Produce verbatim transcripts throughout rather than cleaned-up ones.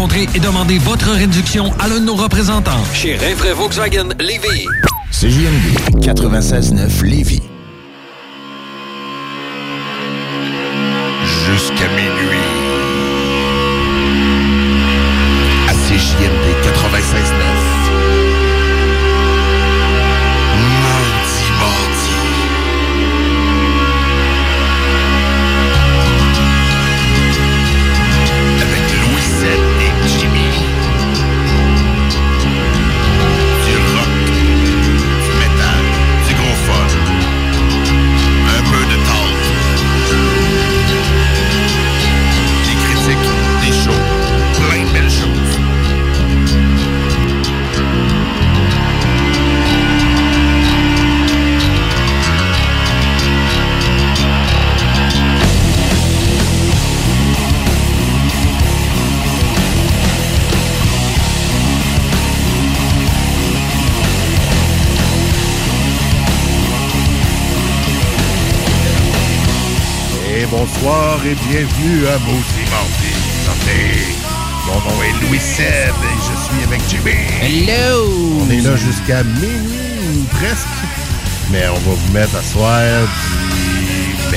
rencontrer et demander votre réduction à l'un de nos représentants chez Rinfraie Volkswagen Lévis. C J M D quatre-vingt-seize neuf Lévis. Jusqu'à minuit. À C J M D quatre-vingt-seize neuf. Mardi, mardi. Avec Louisette et Jimmy. Du rock, du métal, du gros fun. Un peu de talk. Des critiques, des shows, plein de belles choses. Bonsoir et bienvenue à Maudit Mardi. Santé. Mon nom est Louis Seb et je suis avec Jimmy. Hello! On est là jusqu'à minuit ou presque. Mais on va vous mettre à soir du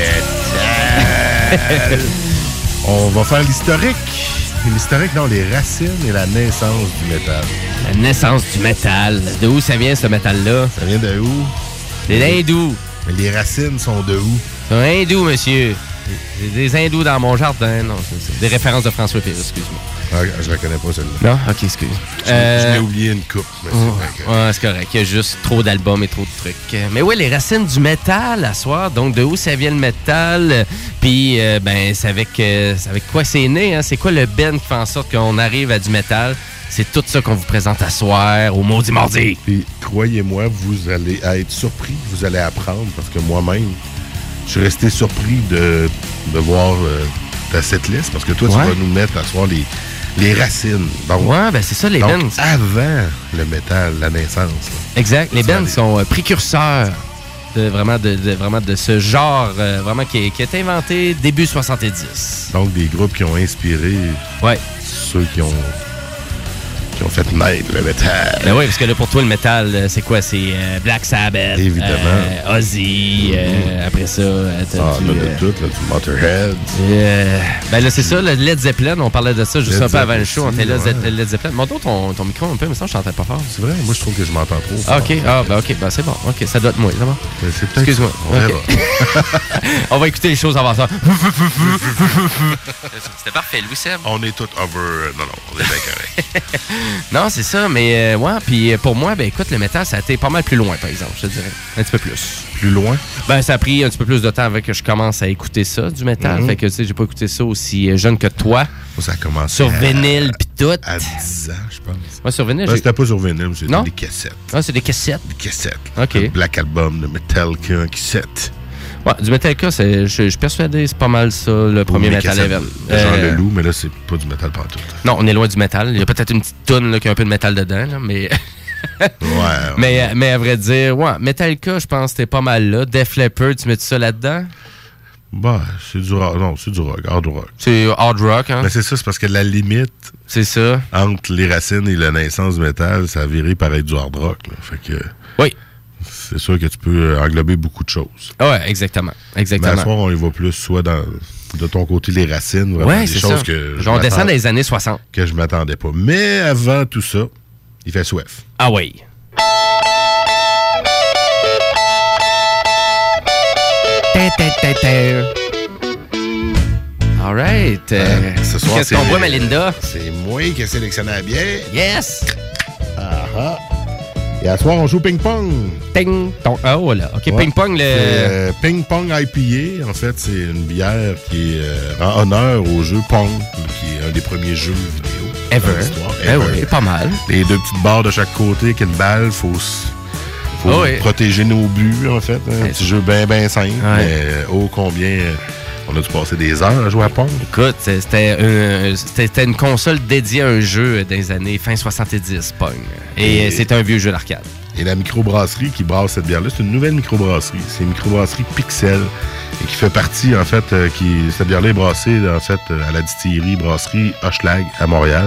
métal. On va faire l'historique. L'historique, non, les racines et la naissance du métal. La naissance du métal. De où ça vient, ce métal-là? Ça vient de où? Des hindous. Mais les racines sont de où? C'est un hindou, monsieur. J'ai des hindous dans mon jardin. Non, c'est, c'est des références de François Pérus, excuse-moi. Ah, je reconnais pas celle-là. Non? OK, excuse. Je, euh... je l'ai oublié une coupe. Mais oh, c'est, vrai que... ouais, c'est correct. Il y a juste trop d'albums et trop de trucs. Mais oui, les racines du métal, à soir. Donc, de où ça vient le métal? Puis, euh, ben, c'est avec, euh, c'est avec quoi c'est né? Hein? C'est quoi le band qui fait en sorte qu'on arrive à du métal? C'est tout ça qu'on vous présente à soir au Maudit Mardi. Puis, croyez-moi, vous allez être surpris. Vous allez apprendre parce que moi-même, je suis resté surpris de, de voir euh, ta setlist parce que toi, ouais. tu vas nous mettre à soir les, les racines. Donc, ouais, ben c'est ça, les bands. Avant le métal, la naissance. Là. Exact. Les bands sont euh, précurseurs de vraiment de, de, vraiment de ce genre euh, vraiment qui, qui a été inventé début soixante-dix. Donc, des groupes qui ont inspiré ouais. ceux qui ont... qui ont fait naître le métal. Ben oui, parce que là, pour toi, le métal, c'est quoi? C'est euh, Black Sabbath, évidemment. Euh, Ozzy, euh, mm-hmm. après ça, t'as ah, du... là, de euh, tout, là, du Motorhead. Euh, ben là, c'est ça, le Led Zeppelin, on parlait de ça juste Led un peu avant le show, on était là, ouais. Led Zeppelin. Montre ton, ton micro un peu, mais ça, je chantais pas fort. C'est vrai? Moi, je trouve que je m'entends trop. Ah, OK, ah, ben OK, ben c'est bon, OK, ça doit être moi, c'est bon. Ben, c'est peut-être excuse-moi. On, okay. on va écouter les choses avant ça. C'était parfait, Louis Seb. On est tous over... Non, non, on est bien correct. Non, c'est ça, mais euh, ouais, puis pour moi, ben écoute, le métal, ça a été pas mal plus loin, par exemple, je te dirais. Un petit peu plus. Plus loin? Ben, ça a pris un petit peu plus de temps avant que je commence à écouter ça, du métal. Mm-hmm. Fait que, tu sais, j'ai pas écouté ça aussi jeune que toi. Ça a commencé sur à, vinyle pis tout. À dix ans, je pense. Ouais, sur vinyle. Ben, c'était pas sur vinyle, c'était non? des cassettes. Ah, c'est des cassettes? Des cassettes. OK. Le Black Album de Metallica en cassette. Ouais, du Metallica, c'est, je, je suis persuadé, c'est pas mal ça, le premier Metal Ever. Euh, genre le loup, mais là, c'est pas du métal partout. Non, on est loin du métal. Il y a peut-être une petite toune là, qui a un peu de métal dedans, là, mais... ouais, ouais. Mais, mais à vrai dire, ouais, Metallica, je pense que c'était pas mal là. Def Leppard, tu mets ça là-dedans? Bah, c'est du rock. Non, c'est du rock, hard rock. C'est hard rock, hein? Mais c'est ça, c'est parce que la limite... C'est ça. Entre les racines et la naissance du métal, ça a viré par être du hard rock, là. Fait que... Oui. C'est sûr que tu peux englober beaucoup de choses. Ouais, exactement. Exactement. Mais à ce soir, on y va plus, soit dans, de ton côté, les racines, vraiment, ouais, des c'est choses ça. que... Genre, on descend dans les années soixante. Que je m'attendais pas. Mais avant tout ça, il fait soif. Ah oui. All right. Euh, ce soir, qu'est-ce qu'on boit, Melinda? C'est moi qui ai sélectionné la bière. Yes! Ah ah! Et à soir, on joue ping-pong. Ping-pong. Ah, voilà. OK, ouais. Ping-pong, le... Euh, ping-pong I P A, en fait, c'est une bière qui est, euh, rend honneur au jeu Pong, qui est un des premiers jeux vidéo. Ever. Dans l'histoire. Eh Ever. oui, pas mal. Les deux petites barres de chaque côté, qu'une balle, faut... Faut oh oui. protéger nos buts, en fait. Un ouais. petit jeu bien, bien simple. Ouais. Mais oh, combien... On a dû passer des heures à jouer à Pong. Écoute, c'était une, c'était une console dédiée à un jeu des années fin soixante-dix, Pong. Et, et c'est un vieux jeu d'arcade. Et la microbrasserie qui brasse cette bière-là, c'est une nouvelle microbrasserie. C'est une microbrasserie Pixel. Et qui fait partie, en fait, euh, qui cette bière-là est brassée, en fait, à la distillerie brasserie Hochelag à Montréal.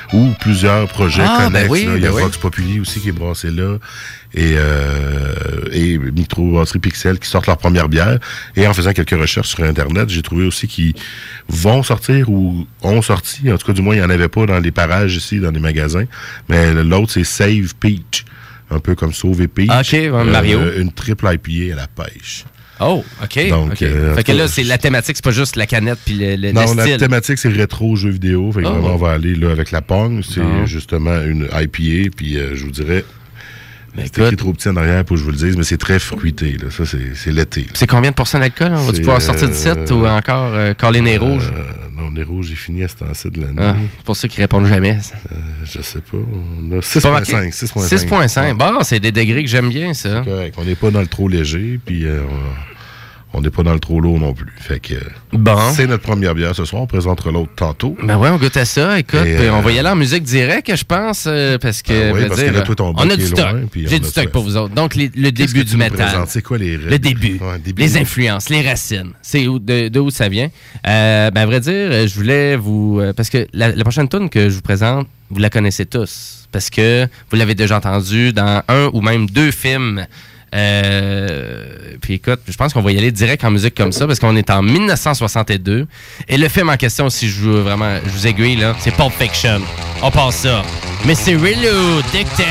ou plusieurs projets Ah, connexes. ben oui, là. Il y a ben oui. Vox Populi aussi qui est brassé là, et, euh, et Microbrasserie Pixel qui sortent leur première bière. Et en faisant quelques recherches sur Internet, j'ai trouvé aussi qu'ils vont sortir ou ont sorti, en tout cas du moins il n'y en avait pas dans les parages ici, dans les magasins, mais l'autre c'est Save Peach, un peu comme Sauver Peach. Ok, ouais, Mario. Euh, une triple I P A à la pêche. Oh, OK. Donc, OK. euh, fait que en tout là, cas, c'est la thématique, c'est pas juste la canette puis le, le, Non, le la style. thématique, c'est rétro jeux vidéo. Fait que Oh. vraiment, on va aller là avec la Pong. C'est Ah. justement une I P A. Puis euh, je vous dirais, Ben, c'est écrit écoute. trop petit en arrière pour que je vous le dise, mais c'est très fruité. Là. Ça, c'est, c'est l'été. là. C'est combien de pourcents d'alcool? On va-tu C'est, pouvoir sortir du site euh, ou encore euh, caler les rouges? Euh, non, les rouges, j'ai fini à ce temps-ci de l'année. Ah, c'est pour ça qu'ils répondent jamais. Euh, je sais pas. On a six Pas virgule marqué? cinq. six virgule cinq. six virgule cinq. Bon, c'est des degrés que j'aime bien, ça. C'est correct. On n'est pas dans le trop léger, puis euh, on n'est pas dans le trop lourd non plus. Fait que Bon. c'est notre première bière ce soir. On présentera l'autre tantôt. Ben ouais, on goûte à ça. Écoute, Et, puis euh, on va y aller en musique directe, je pense, euh, parce que, Ah oui, je veux parce dire, que là, toi, ton on bac a est du loin, stock. puis J'ai on du a stock soif. pour vous autres. Donc, les- le Qu'est-ce début que tu du nous métal. présentes? C'est quoi les Le début. Ouais, début. Les influences, les racines. C'est où, de, de où ça vient. Euh, ben, à vrai dire, je voulais vous... euh, parce que la, la prochaine tune que je vous présente, vous la connaissez tous. Parce que vous l'avez déjà entendue dans un ou même deux films. Euh, puis écoute, je pense qu'on va y aller direct en musique comme ça parce qu'on est en dix-neuf cent soixante-deux. Et le film en question, si je veux vraiment, je vous aiguille, là, c'est Pulp Fiction. On passe ça. Mais c'est Lou Dicktail.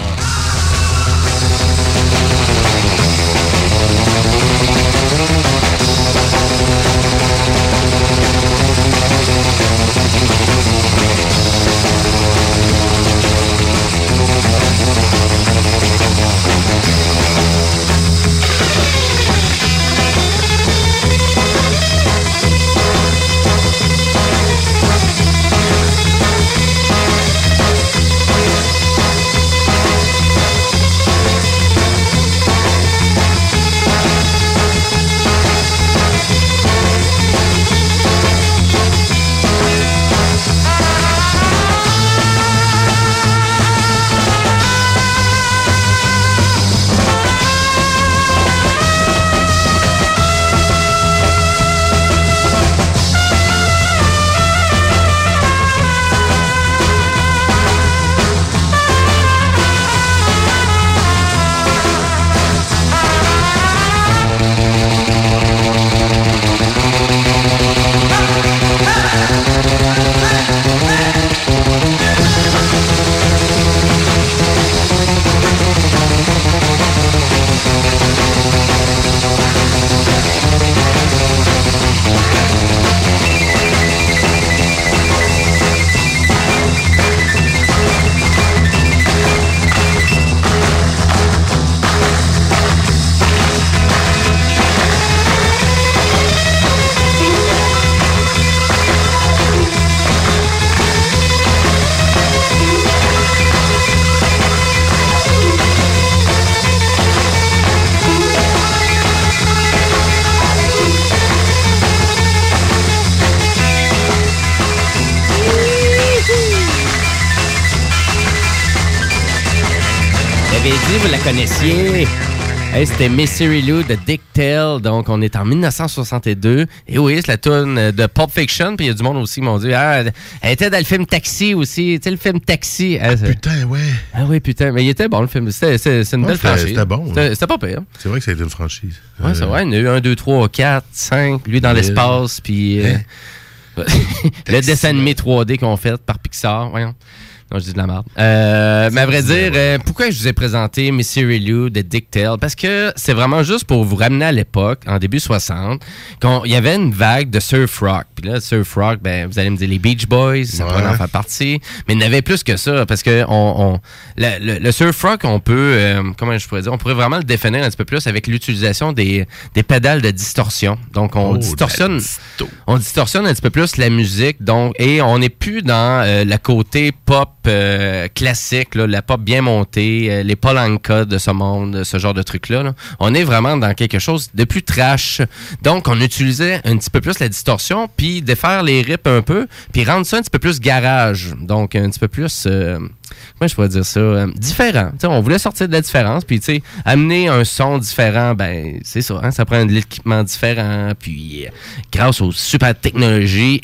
J'avais dit, vous la connaissiez. Hey, c'était Mystery Lou de Dicktail. Donc, on est en dix-neuf cent soixante-deux. Et oui, c'est la tune de Pulp Fiction. Puis il y a du monde aussi qui m'ont dit, ah, elle était dans le film Taxi aussi. Tu sais, le film Taxi. Ah, Putain, ouais. ah oui, putain. Mais il était bon, le film. C'était, c'était, c'était une Ouais, belle c'était- franchise. c'était bon, C'était, hein. c'était pas pire. C'est vrai que ça a été une franchise. Ouais, c'est vrai. Il y en a eu un, deux, trois, quatre, cinq. Lui dans Mille. l'espace. Puis euh, le Taxi, dessin animé trois D qu'on fait par Pixar. Voyons. Non, je dis de la merde. Euh, mais à vrai dire, euh, pourquoi je vous ai présenté Mystery Lou de Dicktail? Parce que c'est vraiment juste pour vous ramener à l'époque, en début soixante, quand il y avait une vague de surf rock. Puis là, surf rock, ben, vous allez me dire les Beach Boys, ça Ouais. pourrait en faire partie. Mais il y en avait plus que ça, parce que on, on la- le, le surf rock, on peut, euh, comment je pourrais dire, on pourrait vraiment le définir un petit peu plus avec l'utilisation des, des pédales de distorsion. Donc, on Oh, distorsionne, de la disto. on distorsionne un petit peu plus la musique, donc, et on n'est plus dans euh, la côté pop euh, classique, là, la pop bien montée, euh, les Polanka de ce monde, ce genre de trucs-là. Là. On est vraiment dans quelque chose de plus trash. Donc, on utilisait un petit peu plus la distorsion, puis défaire les rips un peu, puis rendre ça un petit peu plus garage. Donc, un petit peu plus... Euh, comment je pourrais dire ça? Euh, différent. T'sais, on voulait sortir de la différence, puis tu sais, amener un son différent, ben, c'est ça, hein, ça prend de l'équipement différent, puis euh, grâce aux super technologies et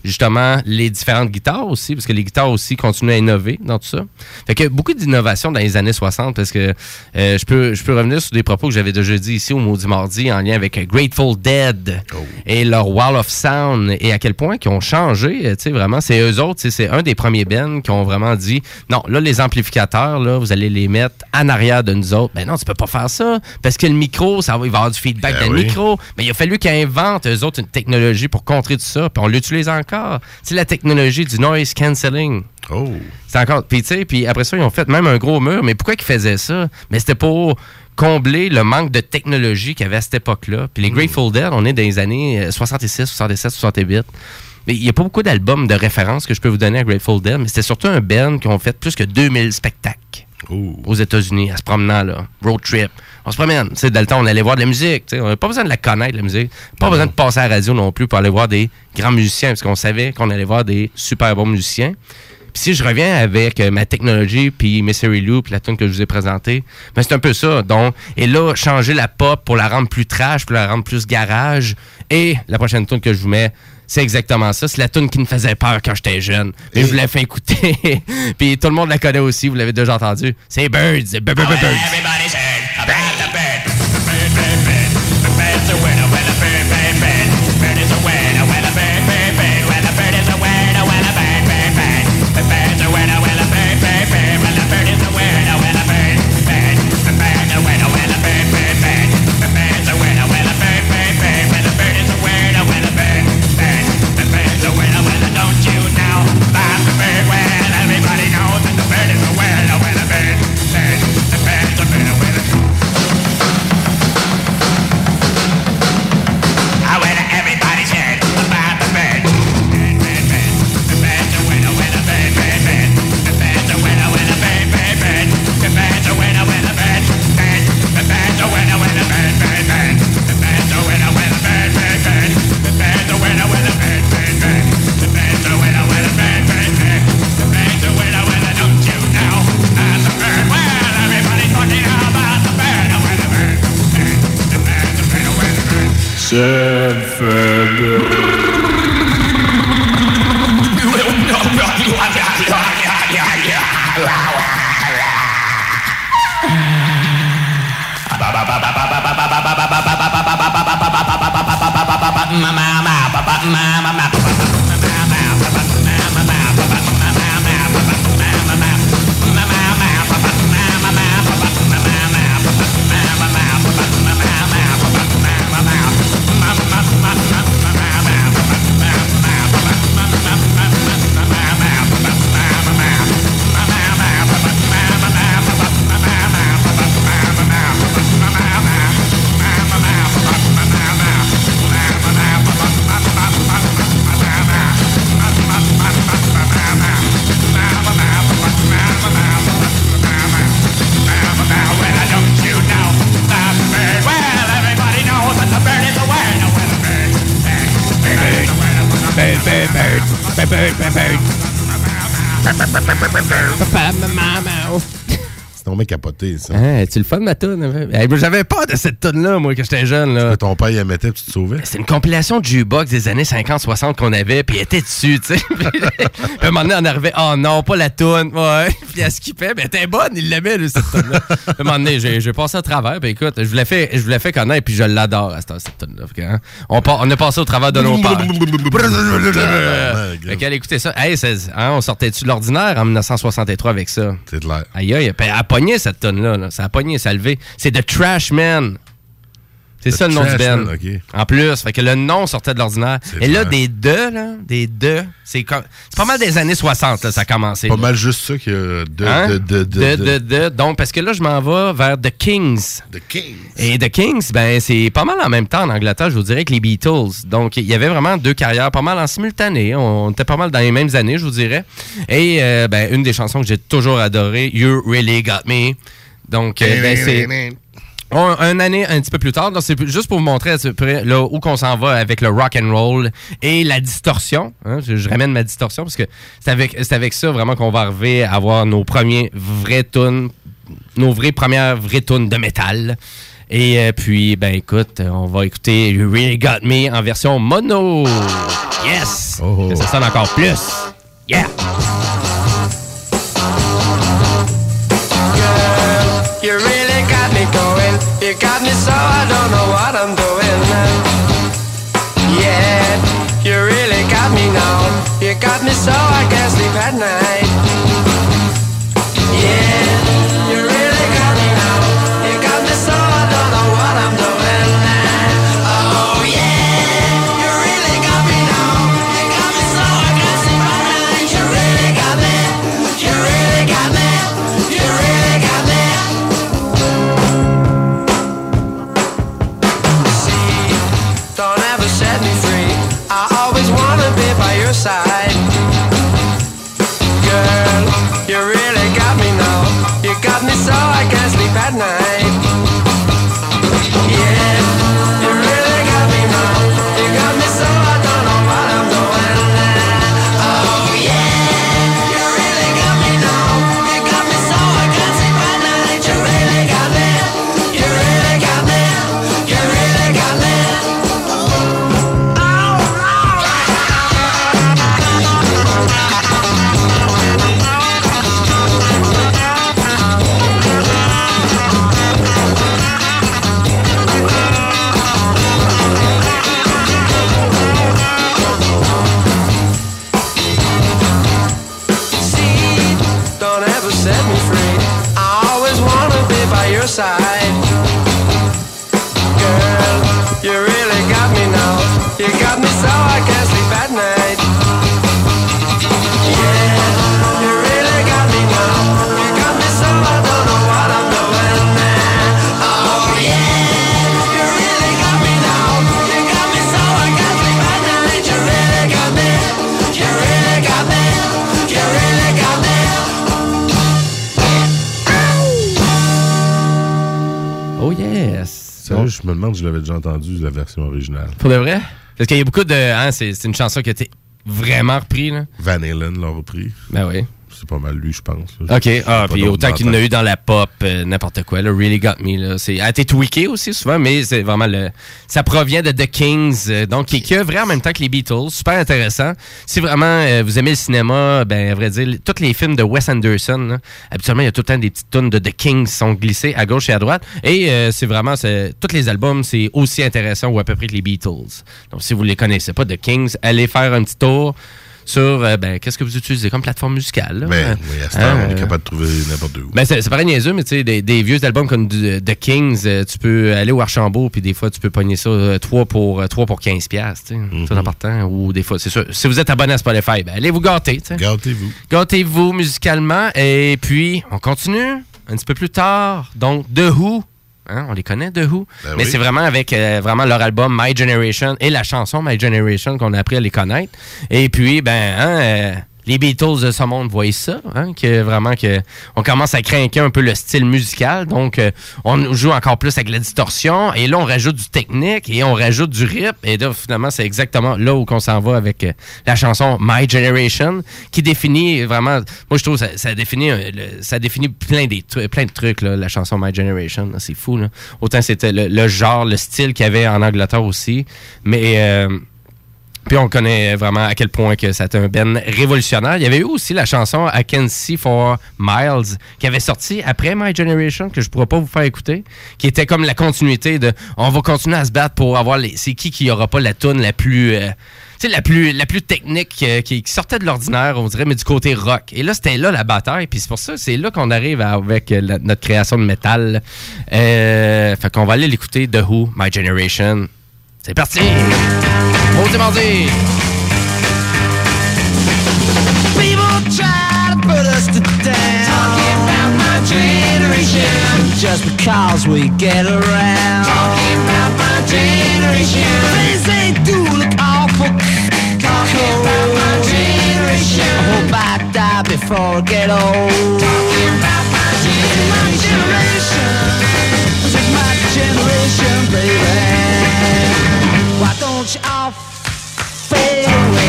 justement les différentes guitares aussi, parce que les guitares aussi continuent à innover dans tout ça. Fait que beaucoup d'innovation dans les années soixante, parce que euh, je peux je peux revenir sur des propos que j'avais déjà dit ici au Maudit Mardi en lien avec Grateful Dead oh. et leur Wall of Sound, et à quel point qu'ils ont changé, tu sais, vraiment, c'est eux autres, c'est un des premiers bands qui ont vraiment dit, non, là, les amplificateurs, là, vous allez les mettre en arrière de nous autres. Ben non, tu peux pas faire ça, parce que le micro, ça va, il va y avoir du feedback ben dans oui. le micro. Mais il a fallu qu'ils inventent, eux autres, une technologie pour contrer tout ça, puis on l'utilise encore. C'est la technologie du noise cancelling. Oh. C'est encore. Puis, tu sais, puis après ça, ils ont fait même un gros mur. Mais pourquoi ils faisaient ça? Mais c'était pour combler le manque de technologie qu'il y avait à cette époque-là. Puis les mm. Grateful Dead, on est dans les années soixante-six, soixante-sept, soixante-huit. Mais il n'y a pas beaucoup d'albums de référence que je peux vous donner à Grateful Dead, mais c'était surtout un band qui ont fait plus que deux mille spectacles oh. aux États-Unis, à se promenant, là. Road trip. On se promène. Tu sais, dans le temps, on allait voir de la musique. Tu sais, on n'avait pas besoin de la connaître, la musique. Pas non. besoin de passer à la radio non plus pour aller voir des grands musiciens, parce qu'on savait qu'on allait voir des super bons musiciens. Puis si je reviens avec euh, ma technologie, puis Misery Loop, la tune que je vous ai présentée, ben c'est un peu ça. Donc, et là, changer la pop pour la rendre plus trash, pour la rendre plus garage. Et la prochaine tune que je vous mets, c'est exactement ça. C'est la tune qui me faisait peur quand j'étais jeune. Mais et... je vous l'ai fait écouter. Puis tout le monde la connaît aussi, vous l'avez déjà entendu. C'est Birds. C'est Birds. Birds. Everybody's heard about the bird. The bird, bird, bird. The bird's a winner when the bird, bird, bird. The bird is a winner when the bird, bird, bird. When the bird is a winner when the bird, bird, bird. The bird's a winner when the bird, bird, bird. When the bird is a winner when the bird, bird. The bird's a winner when the bird, bird, bird. The bird's a winner when the bird, bird, bird. When the bird is a winner when the bird, bird. The bird's a winner when the don't you know about the bird? Well, everybody knows that the bird is a winner when the bird, bird. The bird's a winner when the everybody's heard about the bird. Bird, bird, bird. The bird's a winner when the bird, bird, bird. The bird's a winner when the bird, bird, bird. The bird's a winner when the bird, bird. The bird's a winner when the bird, bird, bird. The bird's a winner when the bird, bird, bird. The bird's a winner when the bird, bird, bird. The bird's a winner when the bird, bird, bird. The bird's a winner when the don't you know about the bird? Well, everybody's talking about the bird, when the bird, bird. The bird's a winner when the bird. Sad C'est tombé capoté, ça. Ah, tu le fun, ma toune? J'avais pas de cette toune-là, moi, quand j'étais jeune. Là. Ton père y la mettait, puis tu te sauvais? C'est une compilation de jukebox des années cinquante soixante qu'on avait, puis elle était dessus, tu sais. Puis à un moment donné, on arrivait, oh non, pas la toune. Ouais. Puis elle skippait, mais elle était bonne, il l'aimait, lui, cette toune-là. À un moment donné, j'ai, j'ai passé à travers, puis écoute, je vous l'ai fait, je vous l'ai fait connaître, puis je l'adore, cette, cette toune-là. Hein? On, on est passé au travers de nos pères. Fait qu'elle écoutait ça. Hey, hein, on sortait-tu de l'ordinaire en dix-neuf soixante-trois avec ça? C'est de l'air. Aïe, aïe, elle a pogné cette toune-là. Là. Ça a pogné, ça a levé. C'est The Trash Man. C'est The ça le nom du band. Okay. En plus, fait que le nom sortait de l'ordinaire. C'est Et là, des deux, là, des deux, c'est, comme, c'est pas mal des années soixante, là, ça a commencé. Pas là. mal juste ça que de, hein? de, de, de, de, de, de. Donc, parce que là, je m'en vais vers The Kings. The Kings. Et The Kings, ben, c'est pas mal en même temps en Angleterre, je vous dirais, que les Beatles. Donc, il y avait vraiment deux carrières pas mal en simultané. On était pas mal dans les mêmes années, je vous dirais. Et, euh, ben, une des chansons que j'ai toujours adorées, You Really Got Me. Donc, euh, ben, c'est... On, une année un petit peu plus tard, là, c'est juste pour vous montrer à peu près là, où qu'on s'en va avec le rock and roll et la distorsion. Hein, je, je ramène ma distorsion parce que c'est avec, c'est avec ça vraiment qu'on va arriver à avoir nos premiers vrais tunes, nos vraies premières vraies tunes de métal. Et euh, puis, ben écoute, on va écouter You Really Got Me en version mono. Yes! Oh. Que ça sonne encore plus. Yeah! Girl, you really got me going. You got me so I don't know what I'm doing. Yeah, you really got me now. You got me so I can't sleep at night. Yeah, you really got me now. You got me so I don't know what I'm doing. Oh yeah, you really got me now. You got me so I can't sleep at night. You really got me. You really got me. You really got me. See, don't ever set me free. I always wanna be by your side. Girl, you really got me now. You got me so I can't sleep at night. Yeah, you really got me now. You got me so I don't know what I'm doing. Oh yeah, you really got me now. You got me so I can't sleep at night. You really got me. You really got me. You really got me. See, don't ever set me free. I always wanna be by your side. Girl, you really got me now. You got me so I can't sleep at night. Yeah, you really got me now. You got me so I don't know what I'm doing. Oh yeah, you really got me now. You got me so I can't sleep at night. You really got me. You really got me. You really got me. Oh yes! Sérieux, je me demande si je l'avais déjà entendu, la version originale. Pour de vrai? Parce qu'il y a beaucoup de... Hein, c'est, c'est une chanson qui a été vraiment reprise, là. Van Halen l'a repris. Ben oui. C'est pas mal lui, je pense. Là. OK. Ah, Pas puis d'autres autant qu'il y en a mentales. eu dans la pop, euh, n'importe quoi, là, Really Got Me, là. C'est, elle a été tweakée aussi souvent, mais c'est vraiment le... Ça provient de The Kings, euh, donc, qui, qui œuvrait en même temps que les Beatles. Super intéressant. Si vraiment euh, vous aimez le cinéma, ben, à vrai dire, tous les films de Wes Anderson, là, habituellement, il y a tout le temps des petites tunes de The Kings qui sont glissées à gauche et à droite. Et euh, c'est vraiment... C'est, tous les albums, c'est aussi intéressant ou à peu près que les Beatles. Donc, si vous les connaissez pas, The Kings, allez faire un petit tour sur, euh, ben, qu'est-ce que vous utilisez comme plateforme musicale, là? Mais Euh, oui, à ce temps, on euh, est capable de trouver n'importe où. Ben, c'est, c'est pareil niaiseux, mais tu sais, des, des vieux albums comme du- The Kings, euh, tu peux aller au Archambault, puis des fois, tu peux pogner ça euh, trois pour, trois pour quinze piastres, tu sais, Mhm. tout en partant. Ou des fois, c'est sûr, si vous êtes abonné à Spotify, ben, allez vous gâter, tu sais. Gâtez-vous. Gâtez-vous musicalement. Et puis, on continue un petit peu plus tard. Donc, The Who. Hein, on les connaît, The Who. Ben mais oui. c'est vraiment avec euh, vraiment leur album My Generation et la chanson My Generation qu'on a appris à les connaître. Et puis, ben, hein, euh, les Beatles de ce monde voient ça, hein, que vraiment que on commence à craquer un peu le style musical. Donc, euh, on joue encore plus avec la distorsion. Et là, on rajoute du technique et on rajoute du rythme. Et là, finalement, c'est exactement là où on s'en va avec euh, la chanson My Generation, qui définit vraiment... Moi, je trouve ça, ça définit euh, le- ça définit plein, des tru- plein de trucs, là, la chanson My Generation. Là, c'est fou. Là. Autant c'était le, le genre, le style qu'il y avait en Angleterre aussi. Mais... Euh, puis on connaît vraiment à quel point que ça a été un ben révolutionnaire. Il y avait eu aussi la chanson I Can See for Miles qui avait sorti après My Generation, que je pourrais pas vous faire écouter, qui était comme la continuité de on va continuer à se battre pour avoir les. C'est qui qui aura pas la toune la plus. Euh, tu sais, la plus, la plus technique euh, qui, qui sortait de l'ordinaire, on dirait, mais du côté rock. Et là, c'était là la bataille. Puis c'est pour ça, c'est là qu'on arrive à- avec euh, la- notre création de métal. Euh, fait qu'on va aller l'écouter The Who, My Generation. C'est parti! Maudit mardi! People try to put us to down, talking about my generation, just because we get around. Talking about my generation, things they do look awful. Talking about my generation, I hope I die before I get old. Talking about my generation, this is my generation, baby. Why don't you all fade away?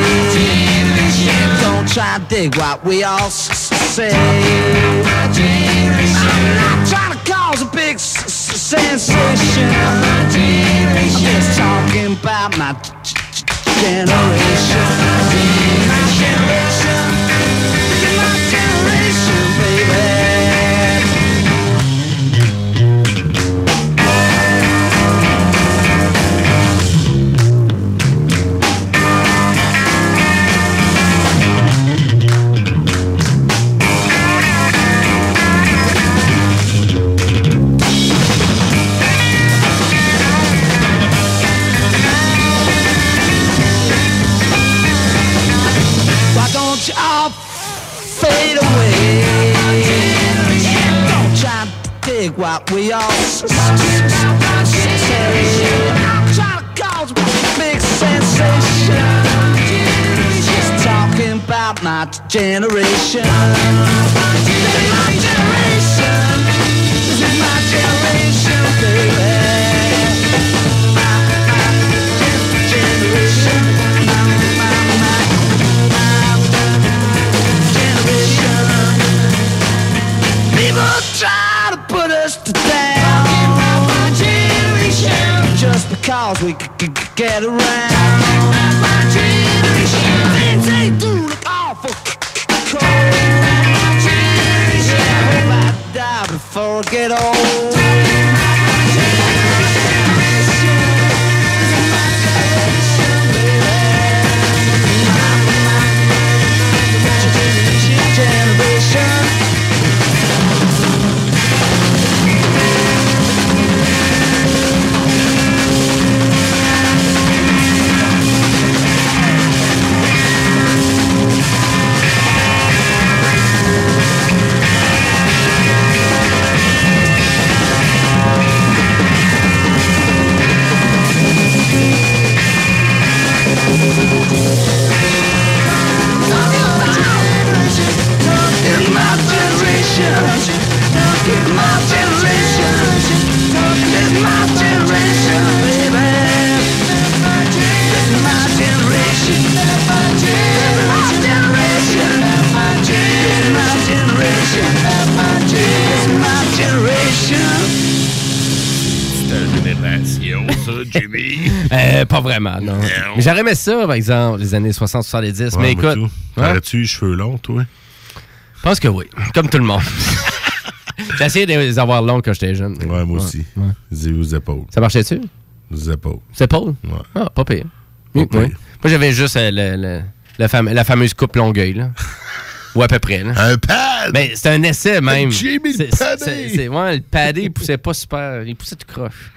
Don't try to dig what we all s- say. I'm not trying to cause a big s- s- sensation. I'm just talking about my generation. My generation. My generation, baby. You all fade away. Don't try to dig what we all say. I'm trying to cause a big sensation. Just talking about my generation. This is my generation. This is my generation, baby. My, my generation. People try to put us down. My generation. Just because we c- c- get around. My generation. Things they do look awful cold. My generation. I hope I die before I get old. My generation. This is my generation, baby. My generation. Jimmy? Euh, pas vraiment, non. non. Mais j'aurais aimé ça, par exemple, les années soixante soixante-dix. Ouais, mais écoute. Hein? Aurais-tu les cheveux longs, toi? Je pense que oui. Comme tout le monde. J'ai essayé de les avoir longs quand j'étais jeune. Ouais, moi ouais. aussi. Ouais. J'ai aux épaules. Ça marchait-tu? Aux épaules. Aux épaules? Ouais. Ah, pas pire. Pas Oui, pire. oui. Moi, j'avais juste euh, le, le, le fame, la fameuse coupe Longueuil, là. Ou à peu près, là. Un pad! Ben, c'était un essai, même. J'ai mis le padé! C'est, c'est, ouais, le padé, il poussait pas super. Il poussait tout croche.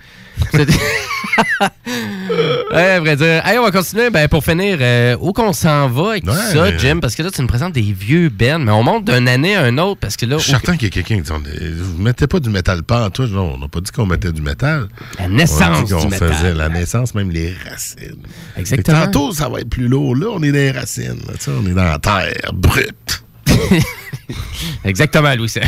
Ouais, à vrai dire. Hey, on va continuer. Ben, pour finir, euh, où qu'on s'en va avec ouais, tout ça, mais... Jim? Parce que là, tu nous présentes des vieux bands, mais on monte d'une année à une autre parce que là. Je suis certain qu'il y a quelqu'un qui dit on est... Vous mettez pas du métal pas en toi. Non, on n'a pas dit qu'on mettait du métal. La naissance on a dit qu'on du métal. faisait la naissance, même les racines. Exactement. Tantôt, ça va être plus lourd. Là, on est dans les racines. Là, on est dans la terre brute. Exactement, Louis.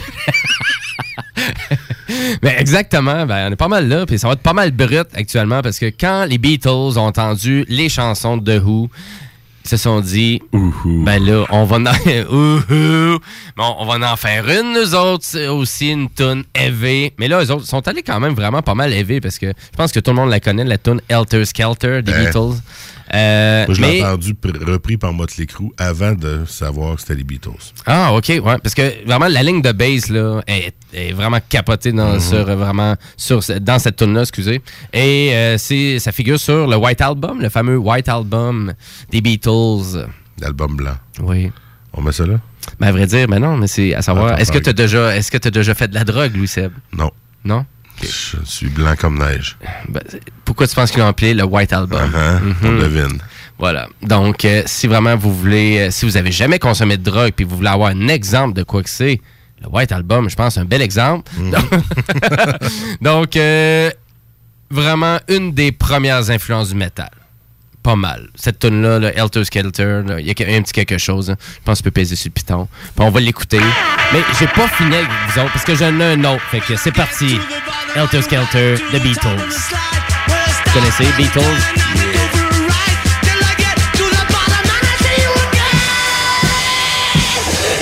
Mais exactement, ben, on est pas mal là, puis ça va être pas mal brut actuellement, parce que quand les Beatles ont entendu les chansons de The Who, ils se sont dit, Ouhou. ben là, on va en, Ouhou. Bon, on va en faire une, nous autres, aussi, une tune heavy. Mais là, eux autres sont allés quand même vraiment pas mal heavy, parce que je pense que tout le monde la connaît, la tune Helter Skelter des euh. Beatles. Euh, Moi, je mais... l'ai entendu pr- repris par Motley Crue avant de savoir que c'était les Beatles. Ah, OK, ouais. Parce que vraiment, la ligne de bass, là, est, est vraiment capotée dans, mm-hmm. sur, vraiment, sur, dans cette tune-là, excusez. Et euh, c'est, ça figure sur le White Album, le fameux White Album des Beatles. L'album blanc. Oui. On met ça là? Ben, à vrai dire, ben non, mais c'est à savoir, Attends, est-ce que tu as déjà, est-ce que tu as déjà fait de la drogue, Louis-Seb? Non. Non? Okay. Je suis blanc comme neige. Ben, pourquoi tu penses qu'ils l'ont appelé le White Album? Uh-huh. Mm-hmm. On devine. Voilà. Donc, euh, si vraiment vous voulez, euh, si vous avez jamais consommé de drogue puis vous voulez avoir un exemple de quoi que c'est, le White Album, je pense, un bel exemple. Mm. Donc, euh, vraiment une des premières influences du métal. Pas mal. Cette tune-là, le Helter Skelter, il y a un petit quelque chose. Hein. Je pense que tu peux peser sur le piton. Puis on va l'écouter. Mais j'ai pas fini avec vous autres parce que j'en ai un autre. Fait que c'est parti. Helter Skelter, The Beatles. Vous connaissez Beatles?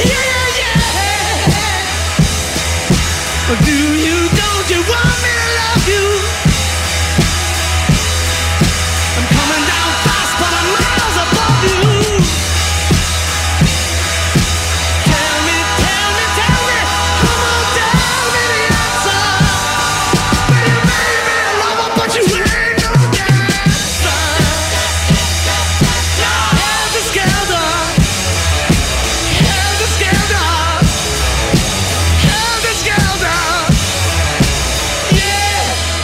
Do you, don't you want me to love above you. I'm coming down fast, but I'm miles above you. Tell me, tell me, tell me, come on, tell me the answer. Baby, you made me a lover, but you ain't no dancer. Helter skelter, helter skelter, helter skelter, yeah.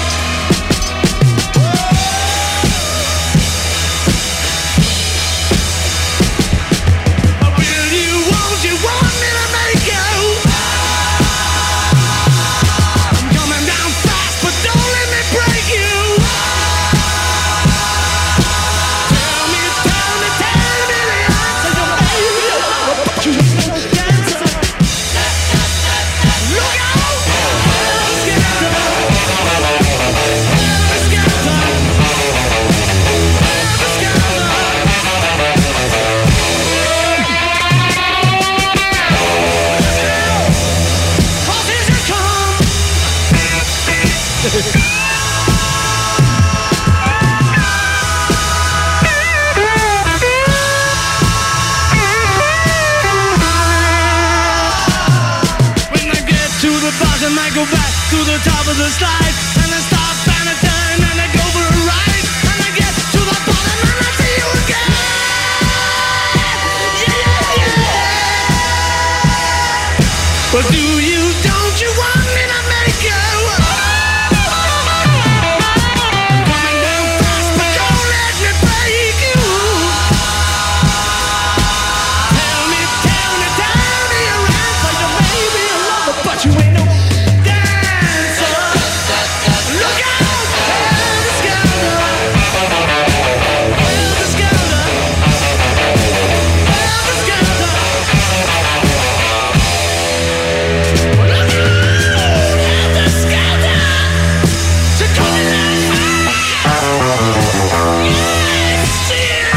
Will you, won't you, want me to make you? I'm coming down fast, but don't let me break you. Tell me, tell me, tell me the answer. You ain't no dancer. Look out! Helter skelter, helter skelter, helter skelter. Horses are come. When I get to the bottom, I go back to the top of the slide, and I stop and I turn and I go for a ride, and I get to the bottom and I see you again. Yeah, yeah, yeah. But do you, don't you want me to make you? Coming down fast, but don't let me break you. Tell me, tell me, tell me your answer. You may be a lover, but you ain't no dancer. Look out! Helter skelter, helter skelter, helter skelter. Look out! Helter skelter. You're coming down fast. Yes, yes.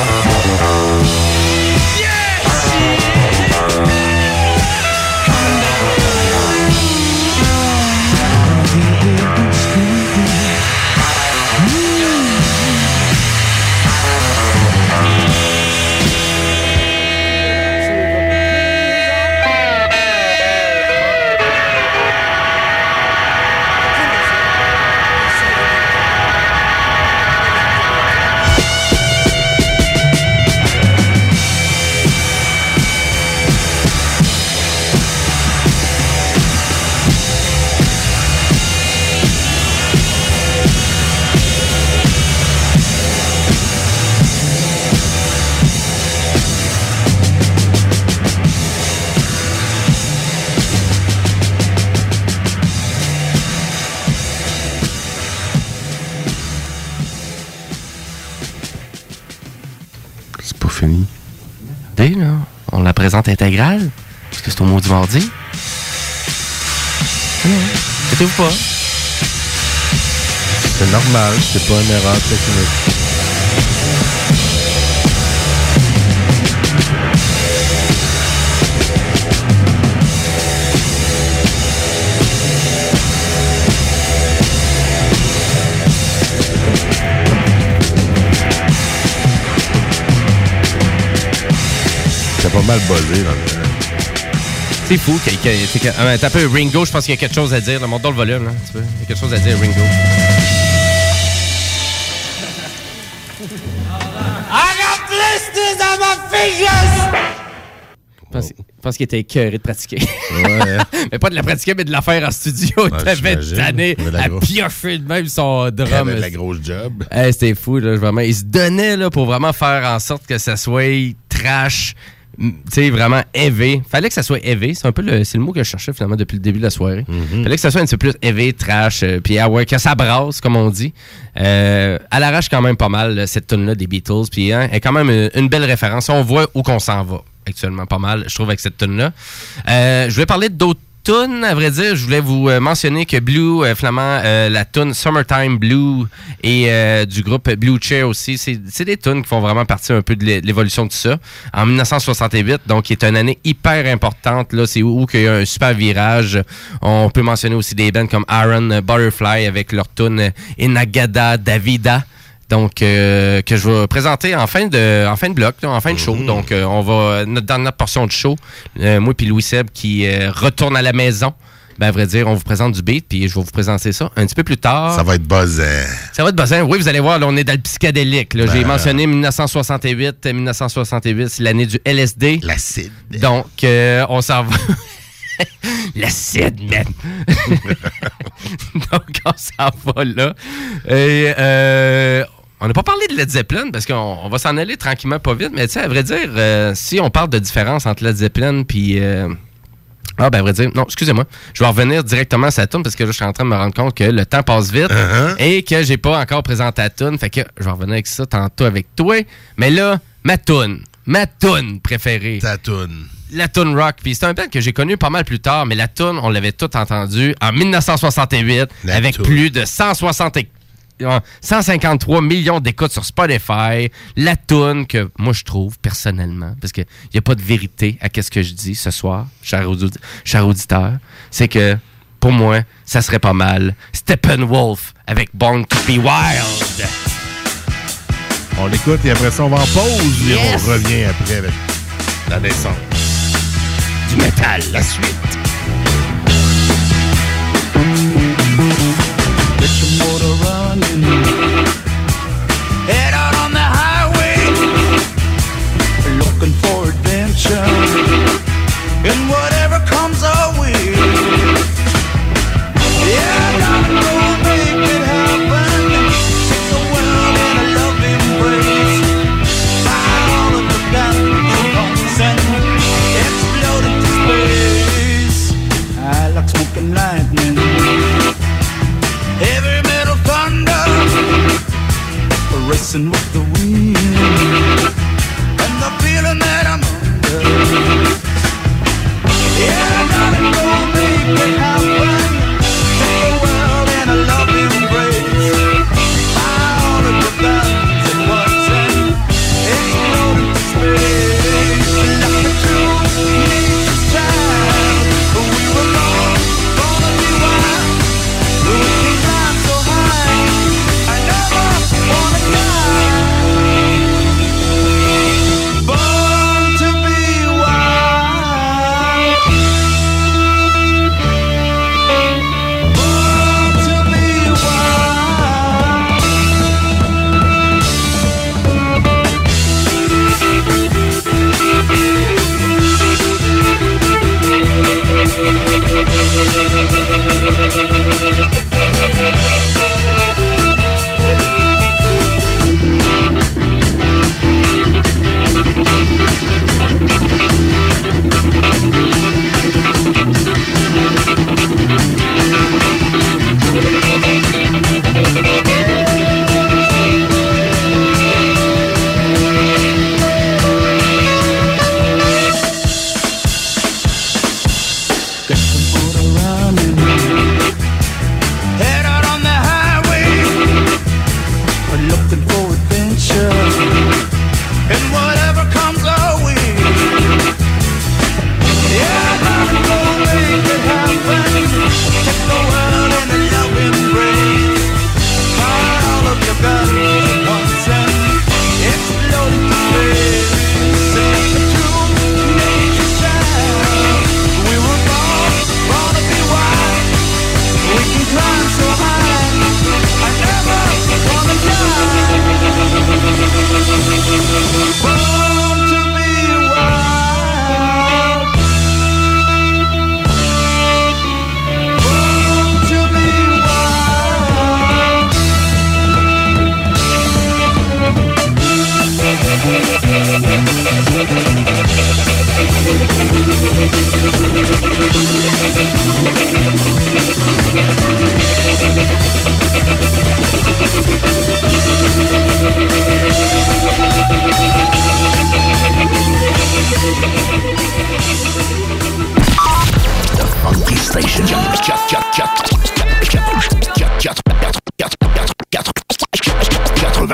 Yes, yes. Coming down. C'est pas fini. D, là, on la présente intégrale, parce que c'est au mot du mardi. Non, écoutez-vous pas. C'est normal, c'est pas une erreur technique. C'est pas mal buzzé dans le... C'est fou. qu'il y ait- qu'il y ait- euh, T'as un peu Ringo, je pense qu'il y a quelque chose à dire. Là. Monte donc le volume. Là, un petit peu. Il y a quelque chose à dire, Ringo. I got blisters on my fingers. Je pense, je pense qu'il était écœuré de pratiquer. Ouais. Mais pas de la pratiquer, mais de la faire en studio. Ouais, T'avais j'imagine. tanné Il avait de la à grosse- piocher de même son Il drum. avait de la grosse job. Hey, c'était fou, là, vraiment. Il se donnait là, pour vraiment faire en sorte que ça soit trash, tu sais, vraiment heavy. Fallait que ça soit heavy. C'est un peu le, c'est le mot que je cherchais finalement depuis le début de la soirée. Mm-hmm. Fallait que ça soit un petit peu plus heavy, trash, euh, puis ah ouais, que ça brasse, comme on dit. Euh, elle arrache quand même pas mal, là, cette tune là des Beatles. Puis hein, elle est quand même une, une belle référence. On voit où qu'on s'en va actuellement pas mal, je trouve, avec cette tune là. Euh, je vais parler d'autres tunes, à vrai dire, je voulais vous euh, mentionner que Blue, euh, finalement, euh, la tune Summertime Blue et euh, du groupe Blue Chair aussi, c'est, c'est des tunes qui font vraiment partie un peu de l'évolution de ça. En dix-neuf cent soixante-huit, donc qui est une année hyper importante, là, c'est où, où il y a un super virage. On peut mentionner aussi des bands comme Iron Butterfly avec leur tune Inagada Davida. Donc, euh, que je vais présenter en fin de, en fin de bloc, là, en fin de show. Mmh. Donc, euh, on va, dans notre portion de show, euh, moi puis Louis Seb qui euh, retourne à la maison. Ben, à vrai dire, on vous présente du beat, puis je vais vous présenter ça un petit peu plus tard. Ça va être buzzant. Ça va être buzzant. Oui, vous allez voir, là, on est dans le psychédélique. Là. Ben... J'ai mentionné dix-neuf cent soixante-huit. dix-neuf cent soixante-huit, c'est l'année du L S D. L'acide. Donc, euh, on s'en va... L'acide, man! Donc, on s'en va là. Et, euh... on n'a pas parlé de Led Zeppelin parce qu'on on va s'en aller tranquillement, pas vite. Mais tu sais, à vrai dire, euh, si on parle de différence entre Led Zeppelin puis... Euh... Ah, ben à vrai dire, non, excusez-moi. Je vais revenir directement à sa tune parce que là, je suis en train de me rendre compte que le temps passe vite uh-huh. et que j'ai pas encore présenté la tune. Fait que je vais revenir avec ça tantôt avec toi. Mais là, ma tune, ma tune préférée. Ta tune. La tune rock. Puis c'est un band que j'ai connu pas mal plus tard, mais la tune, on l'avait tout entendu en dix-neuf cent soixante-huit la avec toune. Plus de cent soixante cent cinquante-trois millions d'écoutes sur Spotify. La toune que moi je trouve personnellement, parce qu'il n'y a pas de vérité à ce que je dis ce soir, cher, audi- cher auditeur, c'est que pour moi, ça serait pas mal Steppenwolf avec Born to be Wild. On l'écoute et après ça on va en pause et yes. on revient après avec la naissance du métal. La suite. Get your motor running. Head out on the highway, looking for adventure, and whatever comes our way. Yeah, gotta go make it happen. Take the world in a loving embrace. Fire all of the guns and explode into space. I like smoking lightning. Heavy metal thunder, racing with the wind, and the feeling that I'm under. Yeah, I gotta go make it happen. Take the world in a loving embrace. Fire all of the guns at once and explode into space. Like a true nature's child, we were born, born to be wild. We can climb so high, I never wanna die. Born to be wild.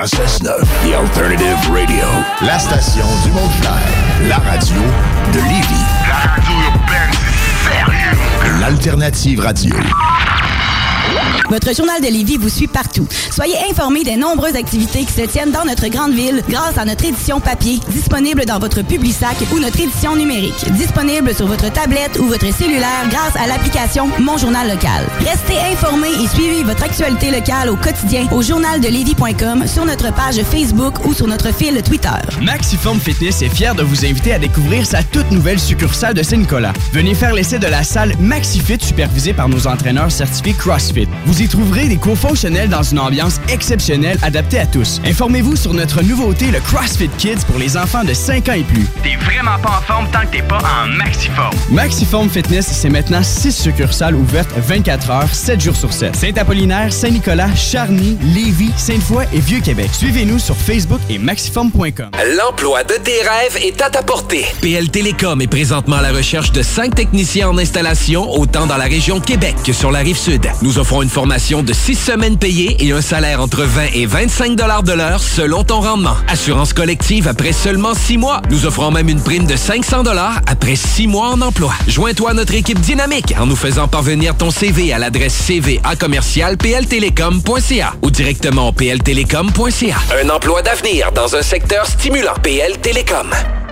quatre-vingt-seize neuf, The Alternative Radio. La station du Mont-Clair. La radio de Lévis. La radio urbaine, c'est sérieux. L'Alternative Radio. Votre journal de Lévis vous suit partout. Soyez informés des nombreuses activités qui se tiennent dans notre grande ville grâce à notre édition papier, disponible dans votre Publisac ou notre édition numérique, disponible sur votre tablette ou votre cellulaire grâce à l'application Mon Journal Local. Restez informés et suivez votre actualité locale au quotidien au journal de lévis point com, sur notre page Facebook ou sur notre fil Twitter. Maxiform Fitness est fier de vous inviter à découvrir sa toute nouvelle succursale de Saint-Nicolas. Venez faire l'essai de la salle MaxiFit supervisée par nos entraîneurs certifiés CrossFit. Vous y trouverez des cours fonctionnels dans une ambiance exceptionnelle adaptée à tous. Informez-vous sur notre nouveauté, le CrossFit Kids pour les enfants de cinq ans et plus. T'es vraiment pas en forme tant que t'es pas en Maxiform. Maxiform Fitness, c'est maintenant six succursales ouvertes vingt-quatre heures, sept jours sur sept. Saint-Apollinaire, Saint-Nicolas, Charny, Lévis, Sainte-Foy et Vieux-Québec. Suivez-nous sur Facebook et maxiform point com. L'emploi de tes rêves est à ta portée. P L Télécom est présentement à la recherche de cinq techniciens en installation, autant dans la région Québec que sur la Rive-Sud. Nous offrons une formation de six semaines payées et un salaire entre vingt et vingt-cinq dollars de l'heure selon ton rendement. Assurance collective après seulement six mois. Nous offrons même une prime de cinq cents dollars après six mois en emploi. Joins-toi à notre équipe dynamique en nous faisant parvenir ton C V à l'adresse c v a commercial p l télécom point c a ou directement au p l télécom point c a. Un emploi d'avenir dans un secteur stimulant. P L Télécom.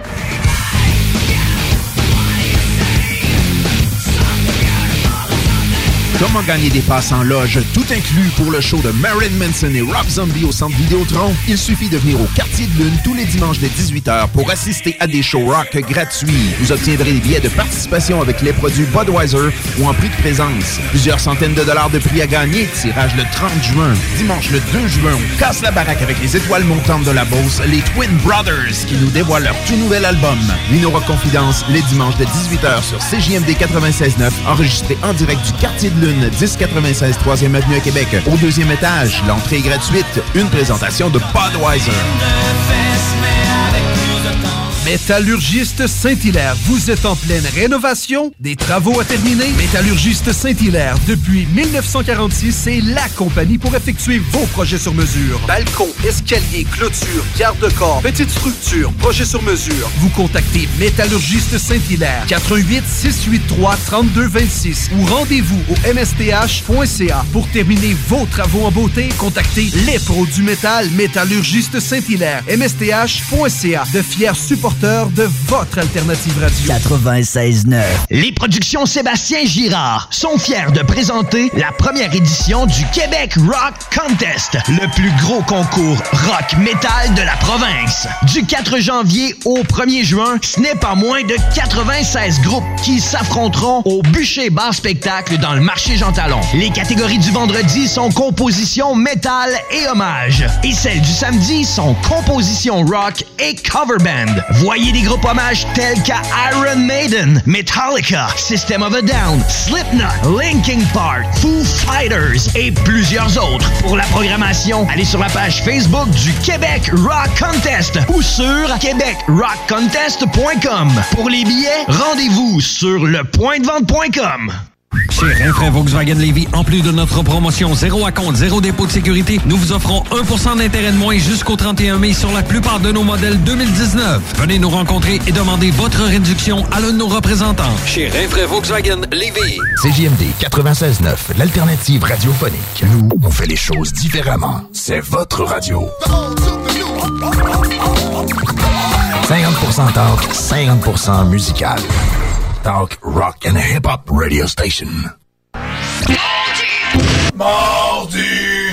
Comment gagner des passes en loge, tout inclus pour le show de Marilyn Manson et Rob Zombie au Centre Vidéotron? Il suffit de venir au Quartier de Lune tous les dimanches dès dix-huit heures pour assister à des shows rock gratuits. Vous obtiendrez des billets de participation avec les produits Budweiser ou en prix de présence. Plusieurs centaines de dollars de prix à gagner. Tirage le trente juin. Dimanche le deux juin, on casse la baraque avec les étoiles montantes de la Beauce, les Twin Brothers, qui nous dévoilent leur tout nouvel album. Vino Rock Confidence, les dimanches de dix-huit heures sur C J M D quatre-vingt-seize neuf, enregistré en direct du Quartier de Lune, dix quatre-vingt-seize troisième Avenue à Québec. Au deuxième étage, l'entrée est gratuite. Une présentation de Budweiser. Métallurgiste Saint-Hilaire, vous êtes en pleine rénovation? Des travaux à terminer? Métallurgiste Saint-Hilaire, depuis mille neuf cent quarante-six, c'est la compagnie pour effectuer vos projets sur mesure. Balcon, escalier, clôture, garde-corps, petite structure, projet sur mesure. Vous contactez Métallurgiste Saint-Hilaire, quatre un huit, six huit trois, trois deux deux six ou rendez-vous au m s t h point c a. Pour terminer vos travaux en beauté, contactez les pros du métal, Métallurgiste Saint-Hilaire, m s t h point c a. De fiers supporters de votre alternative radio. quatre-vingt-seize neuf. Les productions Sébastien Girard sont fiers de présenter la première édition du Québec Rock Contest, le plus gros concours rock metal de la province. Du quatre janvier au premier juin, ce n'est pas moins de quatre-vingt-seize groupes qui s'affronteront au Bûcher Bar Spectacle dans le marché Jean Talon. Les catégories du vendredi sont composition métal et hommage. Et celles du samedi sont composition rock et cover band. Voyez des groupes hommages tels qu'à Iron Maiden, Metallica, System of a Down, Slipknot, Linkin Park, Foo Fighters et plusieurs autres. Pour la programmation, allez sur la page Facebook du Québec Rock Contest ou sur québec rock contest point com. Pour les billets, rendez-vous sur le point de vente point com. Chez Rinfraie Volkswagen Lévis, en plus de notre promotion zéro acompte, zéro dépôt de sécurité, nous vous offrons un pour cent d'intérêt de moins jusqu'au trente et un mai sur la plupart de nos modèles deux mille dix-neuf. Venez nous rencontrer et demandez votre réduction à l'un de nos représentants. Chez Rinfraie Volkswagen Lévis. C J M D quatre-vingt-seize neuf, l'alternative radiophonique. Nous, on fait les choses différemment. C'est votre radio. cinquante pour cent talk, cinquante pour cent musical. Talk, rock and hip-hop radio station. Mardi! Mardi!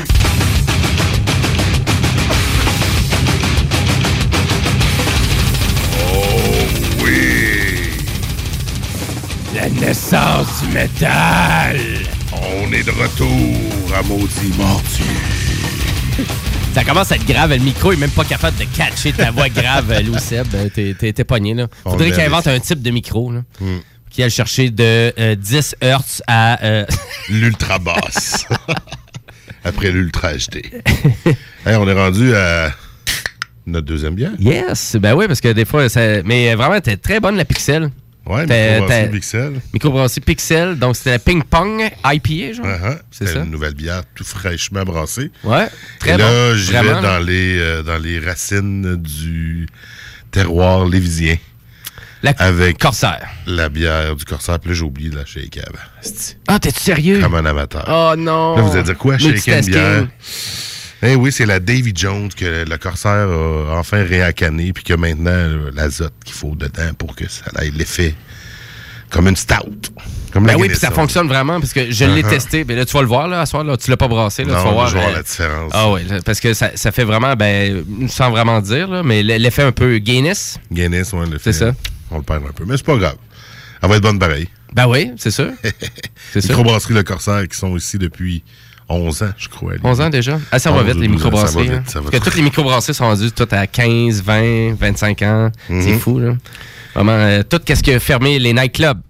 Oh oui! La naissance du métal! On est de retour à Maudit Mardi. Ça commence à être grave, le micro est même pas capable de catcher ta voix grave, Lou Seb. T'es, t'es, t'es pogné, là. Faudrait qu'il invente un type de micro, là. Mm. Qui aille chercher de euh, dix hertz à... Euh... l'ultra basse. Après l'ultra H D. Hey, on est rendu à notre deuxième bière. Yes! Ben oui, parce que des fois, ça... mais vraiment, t'es très bonne, la Pixel. Ouais, microbrasserie Pixel. Microbrasserie Pixel, donc c'était la Ping Pong I P A, genre. Uh-huh. C'est ça. Une nouvelle bière tout fraîchement brassée. Ouais, très Et bon. là, j'y vais Vraiment, dans là. les, euh, dans les racines du terroir lévisien. La avec Corsair. La bière du Corsair. Puis là, j'ai oublié de la Shake-Ab. Ah, t'es-tu sérieux? Comme un amateur. Oh non! Là, vous allez dire quoi, Shake une bière? Multitasking. Eh oui, c'est la Davy Jones que le Corsair a enfin réacané, puis que maintenant, euh, l'azote qu'il faut dedans pour que ça ait l'effet comme une stout. Comme Ben la oui, Guinness, puis ça on fonctionne vraiment, parce que je l'ai Uh-huh. testé. Ben là, tu vas le voir, là, à soir, là, tu l'as pas brassé, là, Non, tu vas voir. je vais voir euh, la différence. Ah oui, là, parce que ça, ça fait vraiment, ben, sans vraiment dire, là, mais l'effet un peu Guinness. Guinness, ouais, l'effet. C'est ça. On le perd un peu, mais c'est pas grave. Elle va être bonne pareil. Ben oui, c'est sûr. C'est sûr. Microbrasserie Le Corsair qui sont ici depuis onze ans, je crois. onze ans déjà? Ah, ça va onze vite, ou les douze ans, microbrasseries. ça va hein. vite, ça va Parce que toutes les microbrasseries sont rendues toutes à quinze, vingt, vingt-cinq ans. Mhm. C'est fou, là. Vraiment, euh, tout ce qui a fermé les nightclubs.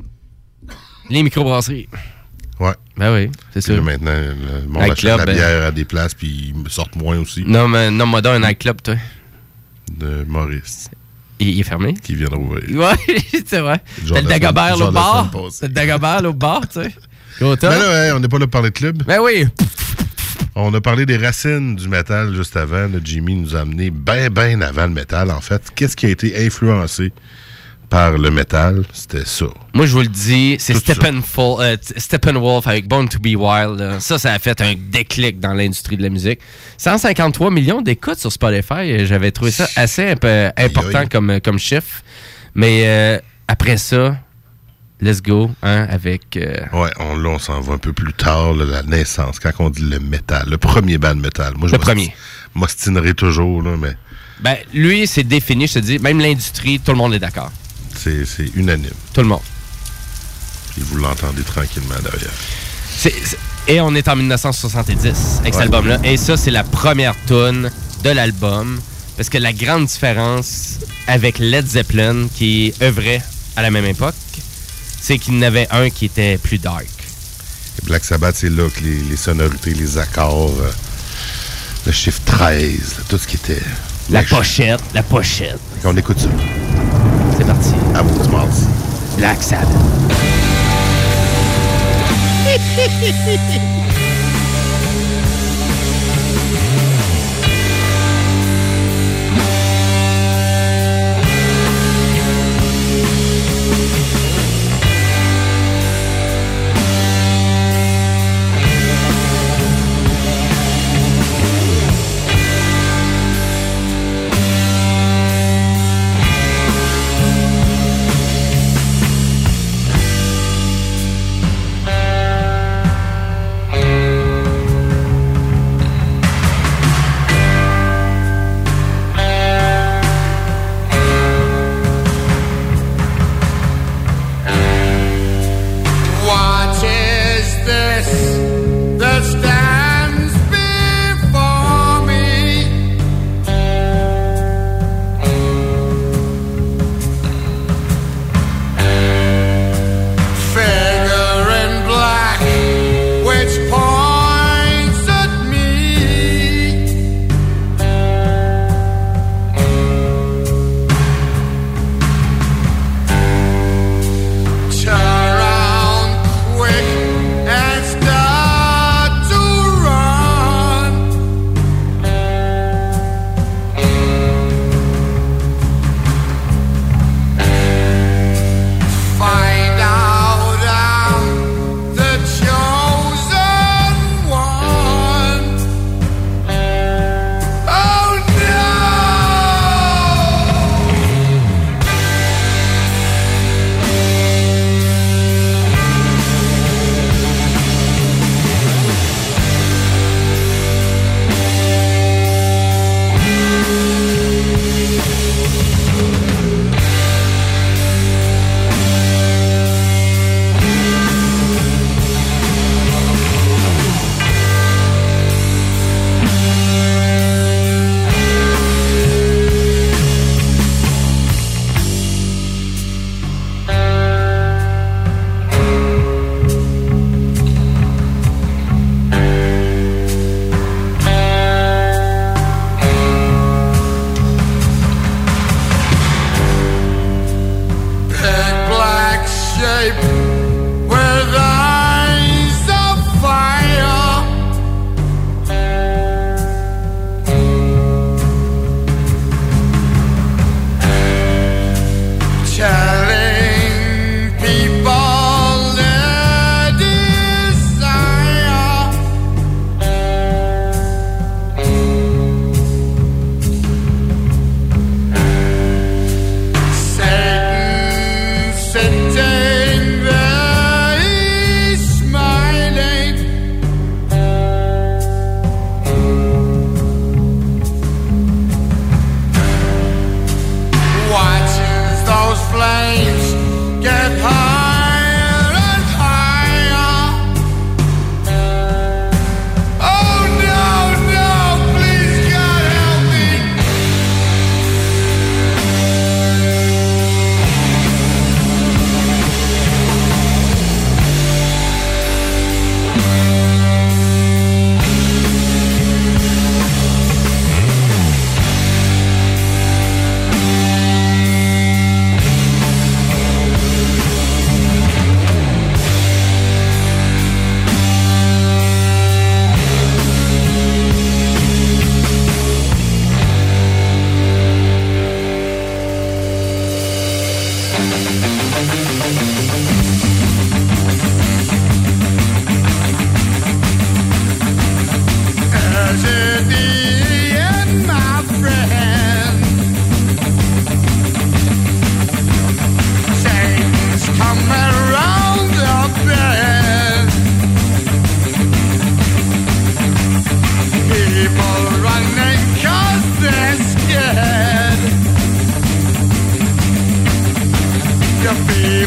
Les microbrasseries. Ouais. Ben oui, c'est Puis sûr. là, maintenant, le monde Nightclub, achète la ben- bière à des places, puis ils sortent moins aussi. Non, mais nomme-moi donc un nightclub, toi. De Maurice. Il, il est fermé? Qui vient d'ouvrir. Ouais, c'est vrai. Genre T'as le de la Dagobert, semaine- là, au genre de la bar. semaine passée. T'as le Dagobert, là, au bar, tu sais. Au top. Ben là, hey, on n'est pas là pour parler de club. Ben oui. On a parlé des racines du métal juste avant. Là, Jimmy nous a amené bien, bien avant le métal, en fait. Qu'est-ce qui a été influencé par le métal? C'était ça. Moi, je vous le dis, c'est Tout ça. Steppenwolf, euh, Steppenwolf avec Born to be Wild. là. Ça, ça a fait un déclic dans l'industrie de la musique. cent cinquante-trois millions d'écoutes sur Spotify. et J'avais trouvé ça assez imp- euh, important aïe. comme, comme chiffre. Mais euh, après ça, let's go, hein, avec... euh, Ouais, on, là, on s'en va un peu plus tard, là, la naissance, quand on dit le métal, le premier band métal. Moi, je Le premier. m'ostinerai toujours, là, mais Ben, lui, c'est défini, je te dis, même l'industrie, tout le monde est d'accord. c'est c'est unanime. Tout le monde. Puis vous l'entendez tranquillement derrière. C'est- c'est- et on est en dix-neuf cent soixante-dix avec Ouais. cet album-là. Et ça, c'est la première tune de l'album. Parce que la grande différence avec Led Zeppelin, qui œuvrait à la même époque, c'est qu'il y en avait un qui était plus dark. Et Black Sabbath, c'est là que les, les sonorités, les accords, euh, le chiffre treize, là, tout ce qui était... La pochette, la pochette. On écoute ça. C'est parti. À vous, dimanche. Black Sabbath.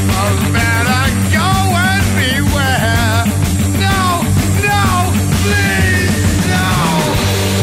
people better go and beware. No, no, please, no.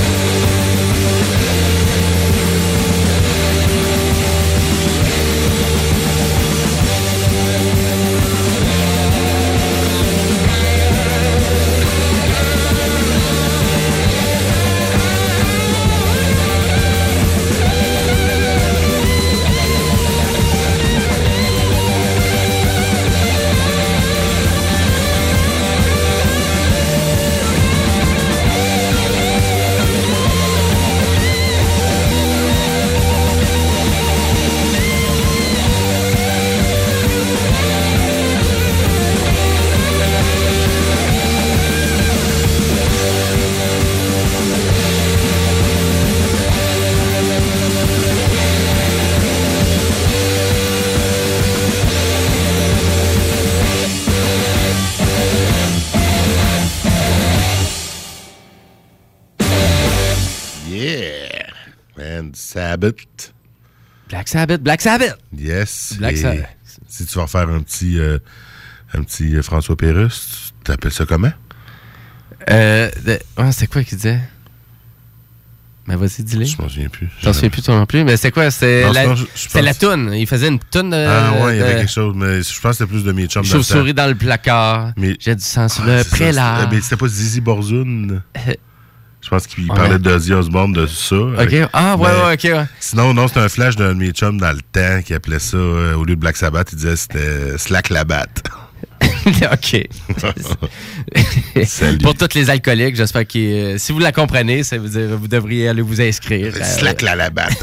Sabbath. Black Sabbath, Black Sabbath. Yes. Black Sabbath. Si tu vas faire un petit, euh, un petit euh, François Pérusse, tu t'appelles ça comment? Euh, de... ouais, c'est quoi qu'il disait? Ben, vas-y, dis-le. Je m'en souviens plus. Je m'en souviens plus toi non plus. Mais c'est quoi? C'était Non, la, je pense- je c'était la pense- toune. Il faisait une toune de... Ah ouais, il y avait de- quelque chose, mais je pense que c'était plus de mes chums. dans le Chauve-souris temps. dans le placard. Mais- J'ai du sang sur Ah, le c'est ça, prélat. c'était- Mais c'était pas Zizi Borzoun. Je pense qu'il Ouais. parlait d'Ozzy Osbourne, de ça. OK. Ah, ouais, Mais ouais, OK, ouais. Sinon, non, c'était un flash d'un de mes chums dans le temps qui appelait ça, euh, au lieu de Black Sabbath, il disait c'était Slack la batte. OK. Salut. Pour tous les alcooliques, j'espère que euh, si vous la comprenez, ça veut dire vous devriez aller vous inscrire. Slack la la batte.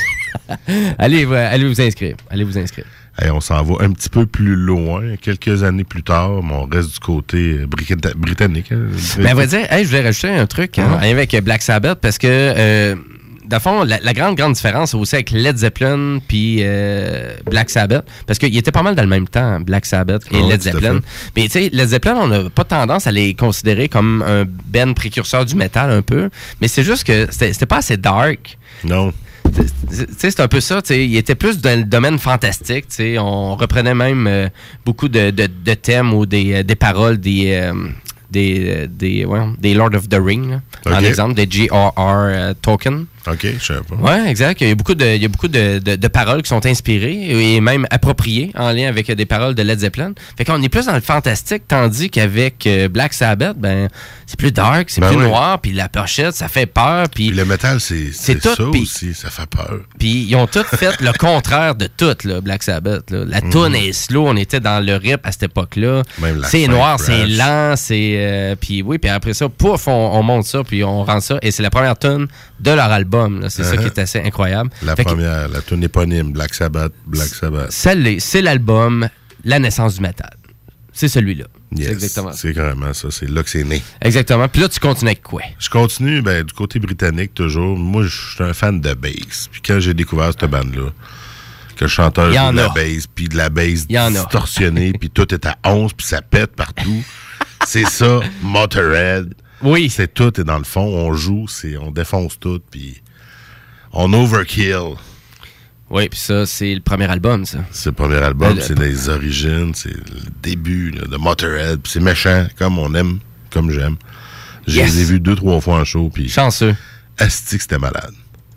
allez, ouais, allez vous inscrire. Allez vous inscrire. Hey, on s'en va un petit peu plus loin, quelques années plus tard, mais on reste du côté britannique. britannique hein. Mais à vrai dire, hey, je voulais rajouter un truc hein, Ah. avec Black Sabbath parce que, euh, dans le fond, la, la grande, grande différence aussi avec Led Zeppelin puis euh, Black Sabbath, parce qu'ils étaient pas mal dans le même temps, Black Sabbath et Ouais, Led tout à Zeppelin. fait. Mais tu sais, Led Zeppelin, on n'a pas tendance à les considérer comme un band précurseur du métal un peu, mais c'est juste que c'était c'était pas assez dark. Non. Tu sais, c'est un peu ça. Tu sais, il était plus dans le domaine fantastique. Tu sais, on reprenait même euh, beaucoup de, de, de thèmes ou des, euh, des paroles des, euh, des, euh, des, ouais, des Lord of the Ring, là, en Ok. exemple, des J R R euh, Tolkien. OK, je sais pas. Oui, exact. Il y a beaucoup, de, il y a beaucoup de, de, de paroles qui sont inspirées et même appropriées en lien avec des paroles de Led Zeppelin. Fait qu'on est plus dans le fantastique, tandis qu'avec euh, Black Sabbath, ben, c'est plus dark, c'est Ben plus oui. noir, puis la pochette, ça fait peur. Puis le métal, c'est c'est tout, ça puis- aussi, ça fait peur. Puis ils ont tous fait le contraire de tout, là, Black Sabbath. Là. La Mhm. toune est slow, on était dans le rip à cette époque-là. Même la C'est fin noir, crash. c'est lent, c'est... euh, puis oui, puis après ça, pouf, on, on monte ça, puis on rend ça. Et c'est la première toune de leur album. là. C'est ça Uh-huh. qui est assez incroyable. La Fait que première, la tune éponyme, Black Sabbath, Black Sabbath. celle-là, c'est l'album La naissance du métal. C'est celui-là. Yes, C'est exactement ça. c'est carrément ça, c'est là que c'est né. Exactement. Puis là, tu continues avec quoi? Je continue, ben, du côté britannique, toujours. Moi, je suis un fan de bass. Puis quand j'ai découvert cette bande-là, que le chanteur Il y joue en de la a. bass, puis de la bass Il y en a. distorsionnée, puis tout est à onze, puis ça pète partout. C'est ça, Motorhead. Oui. C'est tout, et dans le fond, on joue, c'est, on défonce tout, puis on overkill. Oui, puis ça, c'est le premier album, ça. C'est le premier album, Le- c'est les origines, c'est le début là, de Motorhead, puis c'est méchant, comme on aime, comme j'aime. Je Yes. les ai vus deux, trois fois en show, puis Chanceux. asti que c'était malade.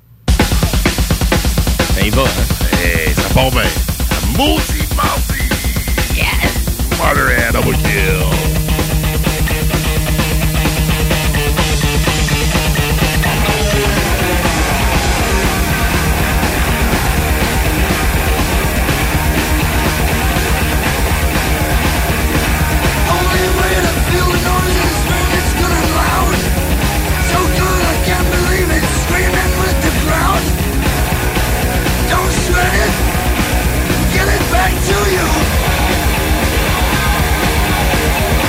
Ben, il va. hein. Hey, ça part bien. Mousy, mousy. Yes. Motorhead, overkill. Only way to feel the noise is when it's good and loud. So good I can't believe it, screaming with the crowd. Don't sweat it, get it back to you.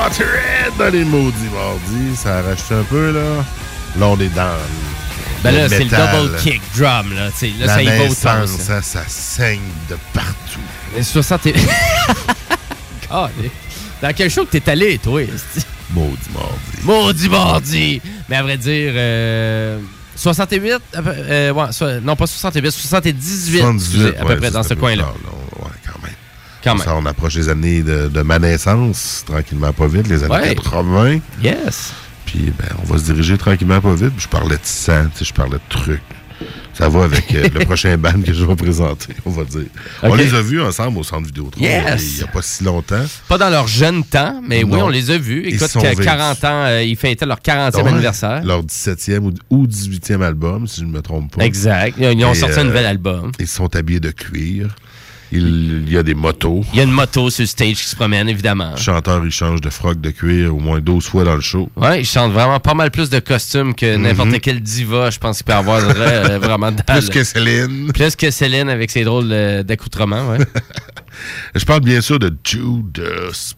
rentrait dans les maudits mardis. Ça a racheté un peu, là. Là, on est dans... Ben là, le c'est le métal. double kick drum, là. T'sais, là, La ça y va autant, naissance, ça. ça, ça saigne de partout. Mais soixante et... God, dans quel show que t'es allé, toi? esti? Maudit mardi. Maudit mardi! Mais à vrai dire, euh, soixante-huit, à peu- euh, ouais, so- non pas soixante-huit, soixante-dix-huit, excusez, à peu ouais, près ça, dans c'est ce un peu coin-là. tard, là. Ouais, quand même. Quand Ça, on approche les années de, de ma naissance, tranquillement pas vite, les années Ouais. quatre-vingts. Yes. Puis, ben, on va se diriger tranquillement pas vite. Puis je parlais de sang, tu sais, je parlais de trucs. Ça va avec euh, le prochain band que je vais présenter, on va dire. On Ok. les a vus ensemble au Centre Vidéotron. Yes. Il n'y a pas si longtemps. Pas dans leur jeune temps, mais oui, Non. on les a vus. Ils Écoute, sont que vêtus. quarante ans, euh, ils fêtaient leur quarantième Ouais, anniversaire. Leur dix-septième ou, ou dix-huitième album, si je ne me trompe pas. Exact. Ils, ils ont Et, sorti euh, un nouvel album. Ils sont habillés de cuir. Il, il y a des motos. Il y a une moto sur le stage qui se promène, évidemment. Le chanteur, il change de froc de cuir au moins douze fois dans le show. Ouais, ils chantent vraiment pas mal plus de costumes que n'importe Mhm. quelle diva, je pense qu'il peut avoir euh, vraiment dans Plus le- que Céline. Plus que Céline avec ses drôles euh, d'accoutrements, ouais. Je parle bien sûr de Judas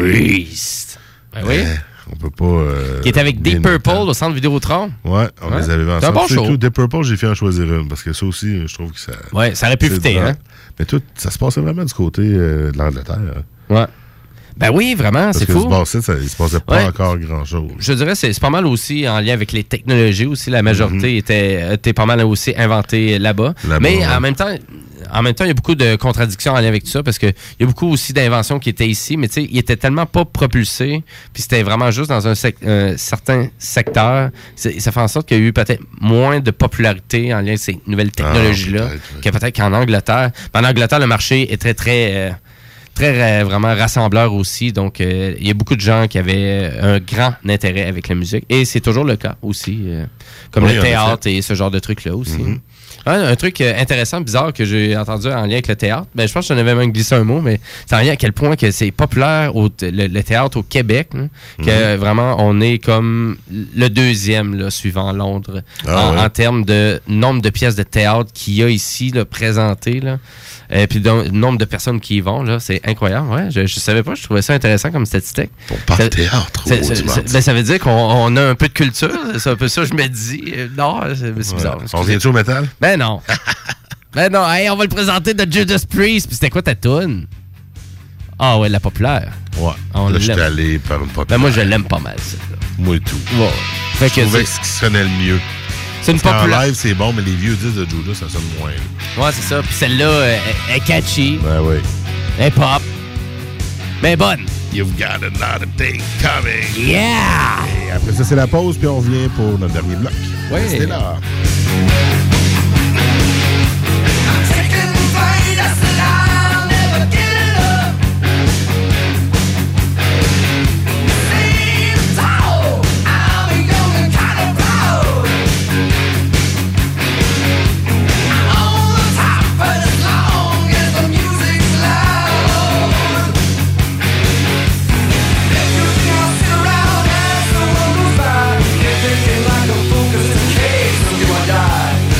Priest. Ben oui. Euh, on peut pas... euh, Qui est avec bien Deep Purple au centre Vidéotron. Ouais, on Ouais. les avait vus C'est un ensemble. bon C'est show. tout. Deep Purple, j'ai fait en choisir une, parce que ça aussi, je trouve que ça... Ouais, ça aurait pu c'est fitter, différent. hein? Mais tout, ça se passait vraiment du côté euh, de l'Angleterre. Ouais. Ben oui, vraiment, Parce c'est que fou. du bassin, ça, il se passait pas Ouais. encore grand-chose. Je dirais que c'est c'est pas mal aussi en lien avec les technologies aussi. La majorité était, était pas mal aussi inventée là-bas. Là-bas, Mais ouais. en même temps, en même temps, il y a beaucoup de contradictions en lien avec tout ça parce qu'il y a beaucoup aussi d'inventions qui étaient ici, mais tu sais, ils étaient tellement pas propulsés, puis c'était vraiment juste dans un, sec- un certain secteur. C'est- Ça fait en sorte qu'il y a eu peut-être moins de popularité en lien avec ces nouvelles technologies-là Ah, peut-être, que peut-être qu'en Angleterre. Mais en Angleterre, le marché est très, très... euh, très euh, vraiment rassembleur aussi. Donc, euh, il y a beaucoup de gens qui avaient euh, un grand intérêt avec la musique. Et c'est toujours le cas aussi. euh, comme Oui, le en théâtre et ce genre de trucs-là aussi. Mhm. Ouais, un truc euh, intéressant, bizarre que j'ai entendu en lien avec le théâtre. Ben, je pense que j'en avais même glissé un mot, mais c'est en lien à quel point que c'est populaire au t- le, le théâtre au Québec. Là, que vraiment, on est comme le deuxième là, suivant Londres Ah en, ouais. en termes de nombre de pièces de théâtre qu'il y a ici là, présentées. Là. Et puis le nombre de personnes qui y vont, là, c'est incroyable. Ouais, je, je savais pas, je trouvais ça intéressant comme statistique. On parle Ça- théâtre. c'est- au c'est- dimanche. c'est- ben, ça veut dire qu'on on a un peu de culture. C'est un peu ça, je me dis. Euh, Non, c'est c'est bizarre. Ouais. On excusez. vient-tu au métal? Ben non. ben non, hey, on va le présenter de Judas Priest. Puis c'était quoi ta toune? Ah ouais, la populaire. Ouais. On Là, je suis l'aime. allé par une populaire. Ben moi, je l'aime pas mal, celle-là. Moi et tout. Ouais. Fait Je que trouvais c'est- que ce qui sonnait le mieux. c'est une Parce qu'en populaire. live, c'est bon, mais les vieux disques de Judas, ça sonne moins. Ouais, c'est ça. Puis celle-là, euh, elle est catchy. Ben oui. Elle est pop. Mais bonne. You've got another day coming. Yeah! Et après ça, c'est la pause, puis on revient pour notre dernier bloc. Ouais. Restez là. Thinking like a focus in case of you or die.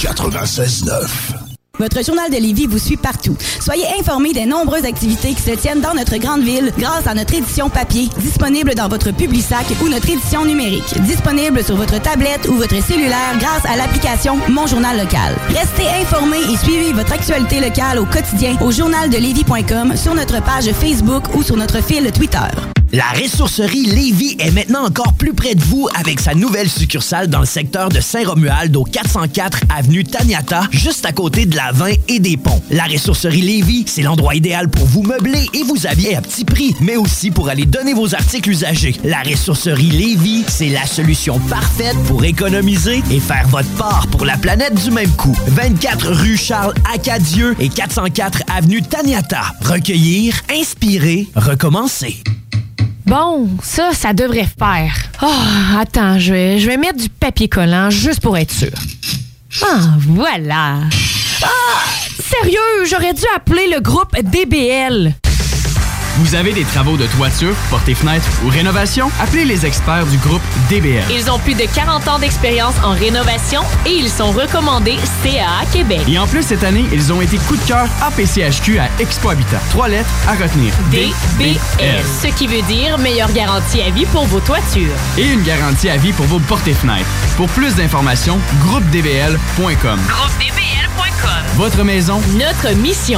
quatre-vingt-seize neuf. Votre journal de Lévis vous suit partout. Soyez informés des nombreuses activités qui se tiennent dans notre grande ville grâce à notre édition papier, disponible dans votre Publisac ou notre édition numérique, disponible sur votre tablette ou votre cellulaire grâce à l'application Mon Journal Local. Restez informés et suivez votre actualité locale au quotidien au journal de lévis point com, sur notre page Facebook ou sur notre fil Twitter. La ressourcerie Lévis est maintenant encore plus près de vous avec sa nouvelle succursale dans le secteur de Saint-Romuald au quatre cent quatre avenue Taniata, juste à côté de la Vin et des Ponts. La ressourcerie Lévis, c'est l'endroit idéal pour vous meubler et vous habiller à petit prix, mais aussi pour aller donner vos articles usagés. La ressourcerie Lévis, c'est la solution parfaite pour économiser et faire votre part pour la planète du même coup. vingt-quatre rue Charles-Acadieux et quatre cent quatre avenue Taniata. Recueillir, inspirer, recommencer. Bon, ça, ça devrait faire. Oh, attends, je vais, je vais mettre du papier collant juste pour être sûr. Ah, voilà. Ah, sérieux, j'aurais dû appeler le groupe D B L. Vous avez des travaux de toiture, portes-fenêtres ou rénovation? Appelez les experts du groupe D B L. Ils ont plus de quarante ans d'expérience en rénovation et ils sont recommandés C A A Québec. Et en plus, cette année, ils ont été coup de cœur A P C H Q à Expo Habitat. Trois lettres à retenir. D B L. Ce qui veut dire meilleure garantie à vie pour vos toitures. Et une garantie à vie pour vos portes-fenêtres. Pour plus d'informations, groupe d b l point com. groupe d b l point com. Votre maison, notre mission.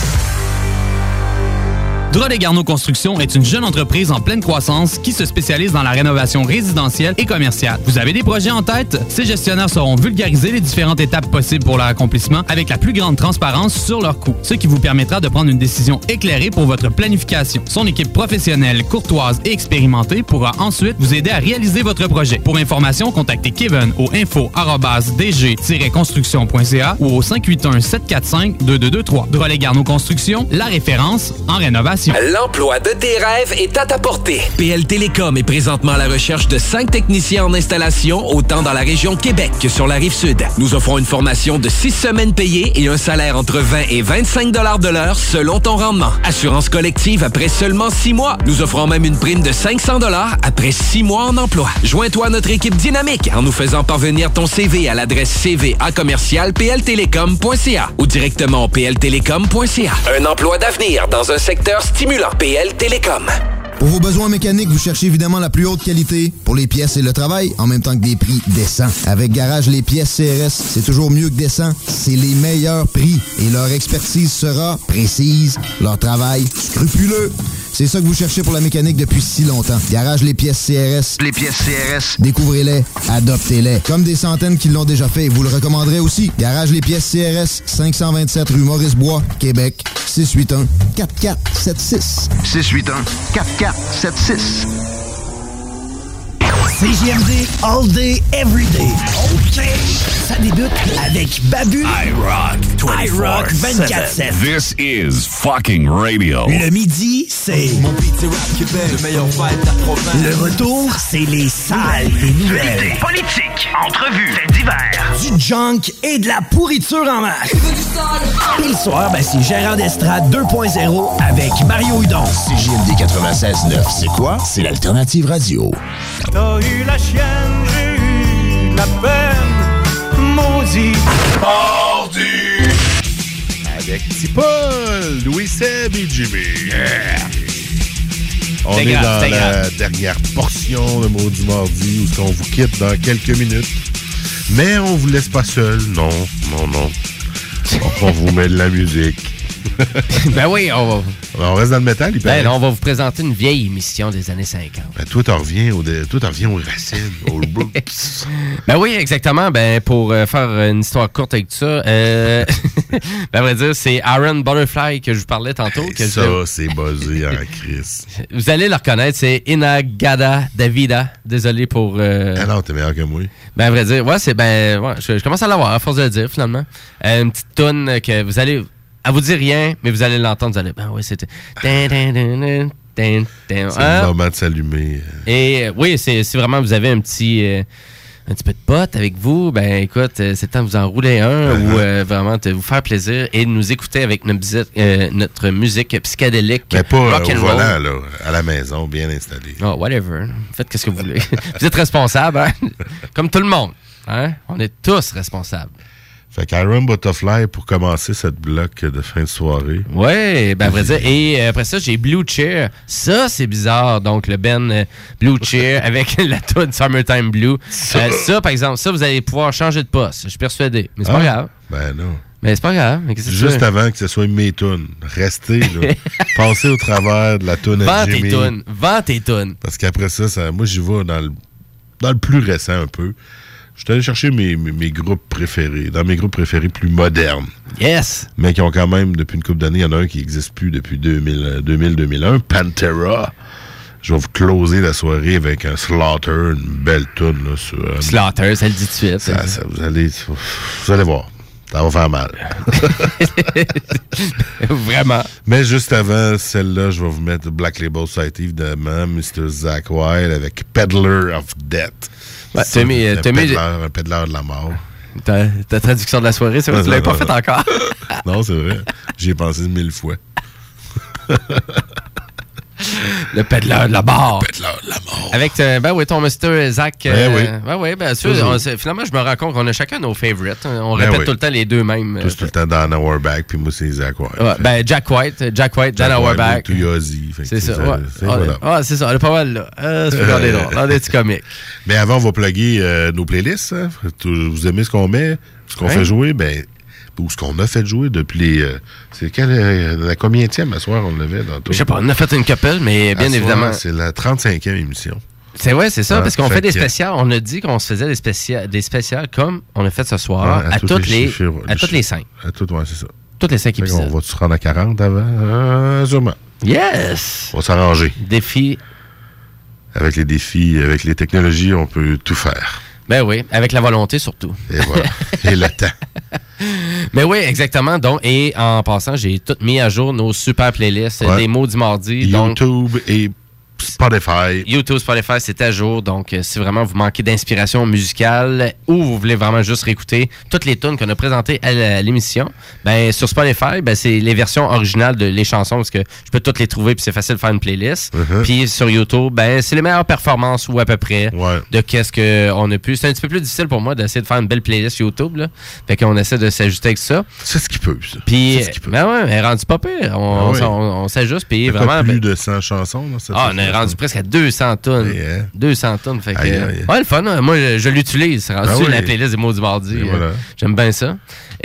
Drolet Garneau Construction est une jeune entreprise en pleine croissance qui se spécialise dans la rénovation résidentielle et commerciale. Vous avez des projets en tête? Ces gestionnaires sauront vulgariser les différentes étapes possibles pour leur accomplissement avec la plus grande transparence sur leurs coûts, ce qui vous permettra de prendre une décision éclairée pour votre planification. Son équipe professionnelle, courtoise et expérimentée pourra ensuite vous aider à réaliser votre projet. Pour information, contactez Kevin au info arobase d g tiret construction point c a ou au cinq huit un, sept quatre cinq, deux deux deux trois. Drolet Garneau Construction, la référence en rénovation. L'emploi de tes rêves est à ta portée. P L Télécom est présentement à la recherche de cinq techniciens en installation, autant dans la région Québec que sur la Rive-Sud. Nous offrons une formation de six semaines payées et un salaire entre vingt et vingt-cinq dollars de l'heure selon ton rendement. Assurance collective après seulement six mois. Nous offrons même une prime de cinq cents dollars après six mois en emploi. Joins-toi à notre équipe dynamique en nous faisant parvenir ton C V à l'adresse c v a commercial p l télécom point c a ou directement au p l télécom point c a. Un emploi d'avenir dans un secteur stimulant. P L Télécom. Pour vos besoins mécaniques, vous cherchez évidemment la plus haute qualité pour les pièces et le travail, en même temps que des prix décents. Avec Garage Les Pièces C R S, c'est toujours mieux que décent. C'est les meilleurs prix et leur expertise sera précise, leur travail scrupuleux. C'est ça que vous cherchez pour la mécanique depuis si longtemps. Garage Les Pièces C R S. Les pièces C R S. Découvrez-les, adoptez-les. Comme des centaines qui l'ont déjà fait, vous le recommanderez aussi. Garage Les Pièces C R S, cinq cent vingt-sept rue Maurice-Bois, Québec, six huit un, quatre quatre sept six. six huit un, quatre quatre sept six. C J M D, all day, every day. OK. Ça débute avec Babu. iRock iRock vingt-quatre sept. This is fucking radio. Le midi, c'est... Mon beat c'est rap Québec, le meilleur vibe de la province. Le retour, c'est les salles des nouvelles. Politique, entrevues, faits divers. Du junk et de la pourriture en masse. Et le soir, ben, c'est Gérard d'Estrade deux point zéro avec Mario Hudon. C J M D quatre-vingt-seize neuf, c'est quoi? C'est l'alternative radio. T'as eu la chienne, j'ai eu de la peine, maudit. Mardi! Avec Petit Paul, Louis Seb et Jimmy. Yeah. On est, est grave, dans la grave. dernière portion de Maudit Mardi où on vous quitte dans quelques minutes. Mais on vous laisse pas seul, non, non, non. On vous met de la musique. Ben oui, on va... On reste dans le métal, il ben non, on va vous présenter une vieille émission des années cinquante. Ben toi, t'en reviens, au de... toi, t'en reviens aux racines, aux roots. Ben oui, exactement. Ben pour euh, faire une histoire courte avec tout ça, euh... ben à vrai dire, c'est Aaron Butterfly que je vous parlais tantôt. Hey, que ça, je... c'est buzzé en crise. Vous allez le reconnaître, c'est Inagada Davida. Désolé pour... Euh... Ah non, t'es meilleur que moi. Ben à vrai dire, ouais, c'est... ben ouais, je, je commence à l'avoir, à force de le dire, finalement. Euh, une petite toune que vous allez... Elle vous dit rien, mais vous allez l'entendre, vous allez... Ben oui, c'était... C'est le moment de s'allumer. Et oui, c'est si vraiment vous avez un petit... Euh, un petit peu de pote avec vous, ben écoute, c'est le temps de vous en rouler un uh-huh. ou euh, vraiment de vous faire plaisir et de nous écouter avec notre, musique, euh, notre musique psychédélique. Mais pas rock au and volant, roll. là, à la maison, bien installé. Oh, whatever. Faites qu'est-ce que vous voulez. Vous êtes responsable, hein? Comme tout le monde. Hein? On est tous responsables. Fait qu'Iron Butterfly pour commencer cette bloc de fin de soirée. Ouais, ben à vrai dire. Et euh, après ça, j'ai Blue Cheer. Ça, c'est bizarre. Donc, le Ben euh, Blue Cheer avec la tune Summertime Blue. Ça. Euh, ça, par exemple, ça, vous allez pouvoir changer de poste. Je suis persuadé. Mais c'est ah, pas grave. Ben non. Mais c'est pas grave. Mais qu'est-ce que Juste tu avant que ce soit mes tunes. Restez, là. Passez au travers de la tune à Vends Jimmy. tes tunes. Vends tes tunes. Parce qu'après ça, ça, moi, j'y vais dans le, dans le plus récent un peu. Je suis allé chercher mes, mes, mes groupes préférés, dans mes groupes préférés plus modernes. Yes! Mais qui ont quand même, depuis une couple d'années, il y en a un qui n'existe plus depuis deux mille, deux mille deux mille un, Pantera. Je vais vous closer la soirée avec un Slaughter, une belle toune. Là, sur, euh, Slaughter, ça le dit tout de suite. Ça, ça, vous, allez, vous allez voir. Ça va faire mal. Vraiment. Mais juste avant celle-là, je vais vous mettre Black Label Society, évidemment, mister Zakk Wylde avec Peddler of Death. Ouais, t'as mis, un, t'as mis... pédaleur, un pédaleur de la mort. Ta, ta traduction de la soirée, c'est vrai, tu l'avais pas faite encore. Non, c'est vrai. J'y ai pensé mille fois. Le pédaleur de la mort. Le pédaleur de la mort. Avec, euh, ben oui, ton mister Zakk. Ben euh, oui. Ben oui, bien sûr. On, finalement, je me rends compte qu'on a chacun nos favorites. On ben répète oui. tout le temps les deux mêmes. Tous tout le temps Dana Auerbach, puis moi, c'est Zakk Wylde. Ouais, ben, Jack White, Jack White, Dana Auerbach. Tout Ozzy. C'est ça, ça, ouais. c'est, Ah, voilà. ah, c'est ça, on est pas mal là. Euh, c'est pas des drôles, dans des petits comiques. Mais avant, on va plugger euh, nos playlists. Hein. Vous aimez ce qu'on met, ce qu'on hein? fait jouer, ben... ou ce qu'on a fait jouer depuis les... Euh, c'est quelle, euh, la combienième à soir on l'avait dans tout? Je sais pas, on a fait une couple, mais bien à évidemment... Soir, c'est la trente-cinquième émission. C'est vrai, c'est ça, Ah, parce qu'on fait, fait des que... spéciales. On a dit qu'on se faisait des spéciales, des spéciales comme on a fait ce soir, ah, à, à, toutes toutes les, chiffres, à toutes les cinq. À toutes, ouais, c'est ça. Toutes les cinq épisodes. On va se rendre à quarante avant? Euh, sûrement. Yes! On va s'arranger. Défi. Avec les défis, avec les technologies, on peut tout faire. Ben oui, avec la volonté surtout. Et voilà. Et le temps. Mais oui, exactement. Donc, et en passant, j'ai tout mis à jour nos super playlists, ouais. Des mots du mardi. YouTube donc, et Spotify. YouTube, Spotify, c'est à jour. Donc, euh, si vraiment vous manquez d'inspiration musicale ou vous voulez vraiment juste réécouter toutes les tunes qu'on a présentées à, à l'émission, ben sur Spotify, ben c'est les versions originales de les chansons parce que je peux toutes les trouver puis c'est facile de faire une playlist. Uh-huh. Puis sur YouTube, ben c'est les meilleures performances ou à peu près ouais. de qu'est-ce qu'on a pu. C'est un petit peu plus difficile pour moi d'essayer de faire une belle playlist YouTube là. Fait qu'on essaie de s'ajuster avec ça. C'est ce qui peut. Ça. Puis, c'est ce qui peut. ben ouais, elle est rendue pas pire. On, ah, oui. on, on, on s'ajuste puis vraiment. Pas plus ben, de cent chansons. Là, ah, on est rendu presque à deux cents tonnes. Yeah. deux cents tonnes. Fait que, aïe, aïe. Ouais, le fun. Hein. Moi, je, je l'utilise. C'est rendu ah oui. la playlist des mots du mardi. Euh, voilà. J'aime bien ça.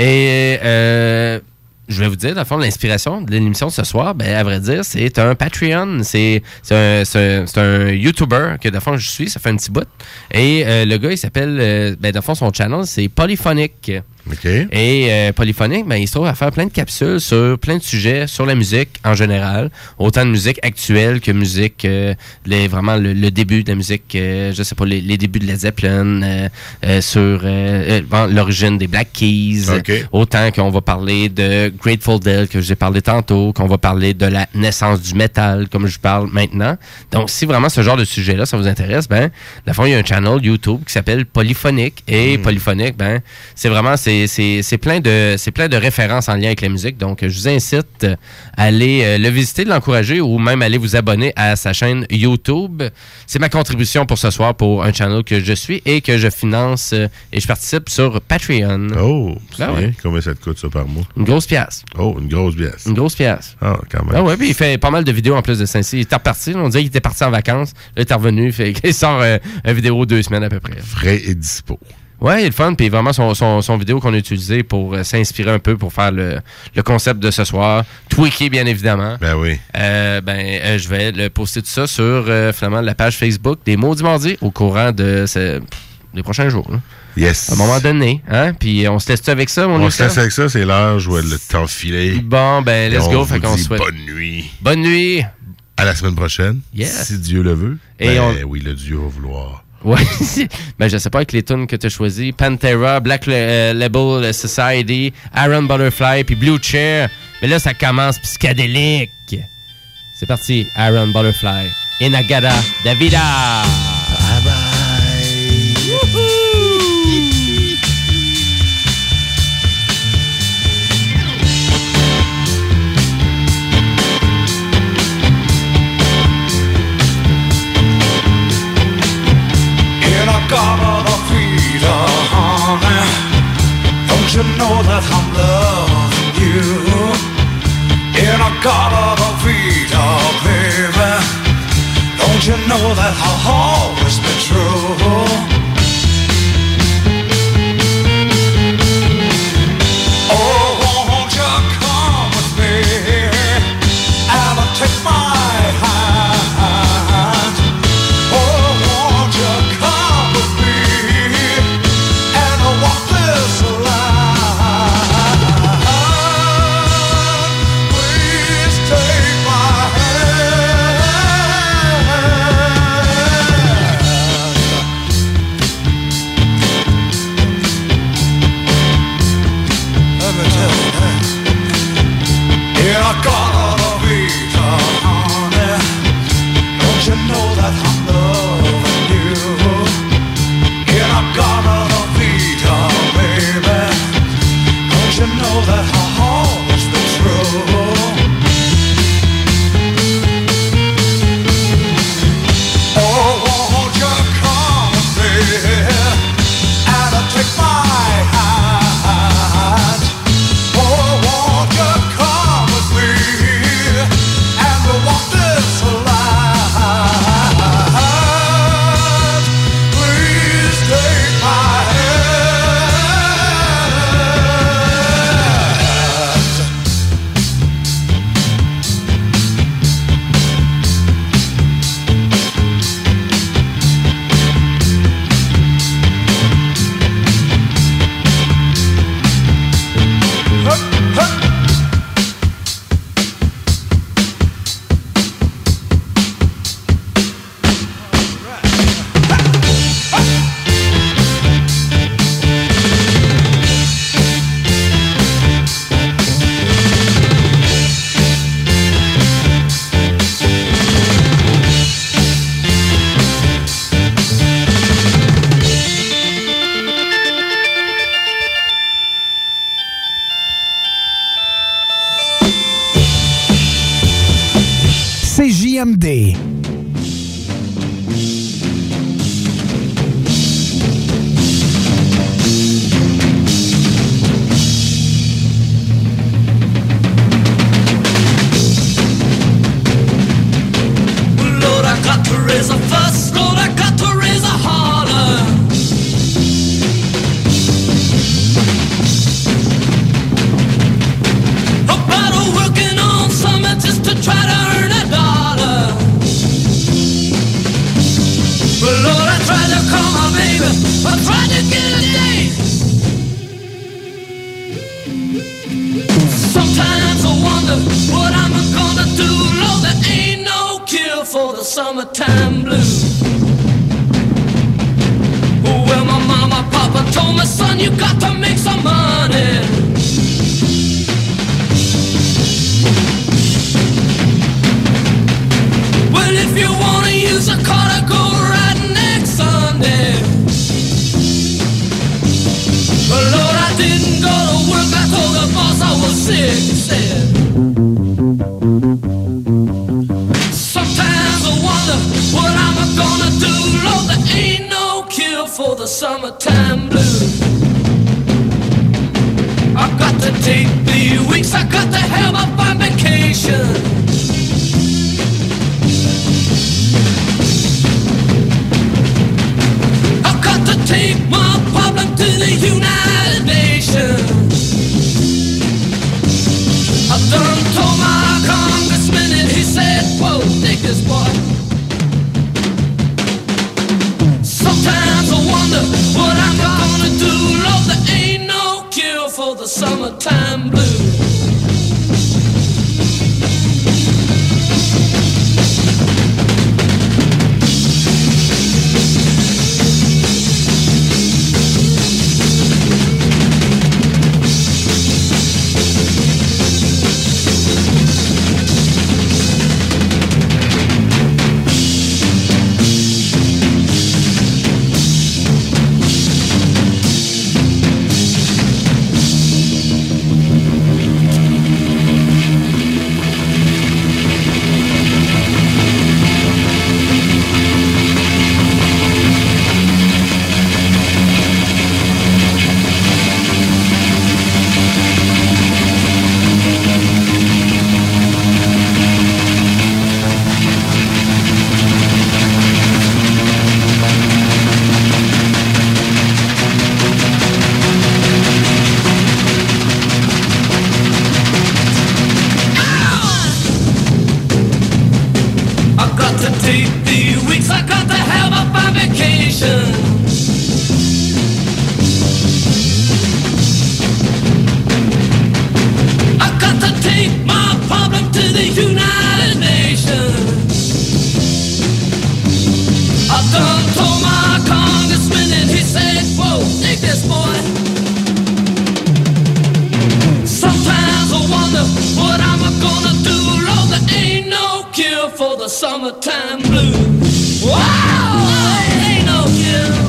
Et euh, je vais vous dire, dans le fond, l'inspiration de l'émission de ce soir, ben, à vrai dire, c'est un Patreon. C'est, c'est, un, c'est, un, c'est un YouTuber que, dans le fond, je suis. Ça fait un petit bout. Et euh, le gars, il s'appelle... Euh, ben, dans le fond, son channel, c'est Polyphonic. Okay. Et euh, Polyphonique, ben, il se trouve à faire plein de capsules sur plein de sujets sur la musique en général. Autant de musique actuelle que musique, euh, les, vraiment le, le début de la musique, euh, je sais pas, les, les débuts de Led Zeppelin, euh, euh, sur euh, euh, l'origine des Black Keys. Okay. Autant qu'on va parler de Grateful Dead, que j'ai parlé tantôt, qu'on va parler de la naissance du métal, comme je parle maintenant. Donc, si vraiment ce genre de sujet-là, ça vous intéresse, ben, dans le fond, il y a un channel YouTube qui s'appelle Polyphonique. Et mm. Polyphonique, ben, c'est vraiment, c'est C'est, c'est, plein de, c'est plein de références en lien avec la musique. Donc, je vous incite à aller euh, le visiter, de l'encourager ou même aller vous abonner à sa chaîne YouTube. C'est ma contribution pour ce soir pour un channel que je suis et que je finance euh, et je participe sur Patreon. Oh, c'est ben bien. Ouais. Combien ça te coûte, ça, par mois? Une grosse pièce. Oh, une grosse pièce. Une grosse pièce. Ah, quand même. Ah ouais, puis il fait pas mal de vidéos en plus de ça. Il était reparti. On dirait qu'il était parti en vacances. Là, il est revenu. Fait qu'il sort euh, une vidéo deux semaines à peu près. Frais et dispo. Ouais, il est le fun, puis vraiment son, son, son vidéo qu'on a utilisé pour euh, s'inspirer un peu pour faire le, le concept de ce soir, tweaker bien évidemment. Ben oui. Euh, ben, euh, je vais le poster tout ça sur euh, finalement la page Facebook des Mots du Mardi au courant de ce, des prochains jours. Là. Yes. À un moment donné, hein? Puis on se laisse avec ça, mon On Lucas? se laisse avec ça, c'est l'heure, je vois le temps filer. Bon, ben, let's Et go. on Fait vous qu'on dit souhaite. bonne nuit. Bonne nuit. À la semaine prochaine. Yes. Si Dieu le veut. Et ben, on... oui, le Dieu va vouloir. Ouais, ben je sais pas avec les tunes que tu as choisies. Pantera, Black euh, Label Society, Iron Butterfly, puis Blue Cheer. Mais là, ça commence psychédélique. C'est parti, Iron Butterfly. Inagada Davida. Bye bye. God of freedom, don't you know? know that I'm loving you in a Garden Vita, baby? Don't you know that I'll always be true? Take my hand. Oh, won't you come with me and walk this line? Please take my hand. Let me tell you that. Yeah, I got you know that I'm loving you in a Garden Vita, baby. Don't you know that I'll always be true? Oh, won't you come with me and take my hand? Oh, won't you come with me and walk this line? C J M D. Lord, I got to raise a fuss. Lord, I got to raise a holler. About working on something just to try to earn a dollar. Well, Lord, I tried to call my baby, I tried to get a date. Sometimes I wonder what I'm gonna do. Lord, there ain't no cure for the summertime blues. Well, my mama, papa told me, son, you got to make some money. Well, if you wanna use a car to go riding next Sunday. Well, Lord, I didn't go to work. I told the boss I was sick. He said, sometimes I wonder what I'm gonna do. Lord, there ain't no cure for the summertime blues. I got to take three weeks. I got to have a fun vacation. To take my problem to the United Nations. I done told my congressman and he said, whoa, take this boy. Sometimes I wonder what I'm gonna do. Lord, there ain't no cure for the summertime blues. take the weeks, I got to have a my vacation. I got to take my problem to the United Nations. I done told my congressman and he said, whoa, take this boy. Sometimes I wonder what I'm gonna do. Lord, there ain't no cure for the summertime blues. Wow, there ain't no cure.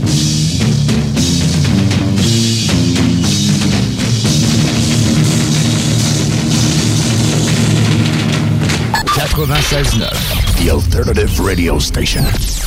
ninety-six point nine, The Alternative Radio Station.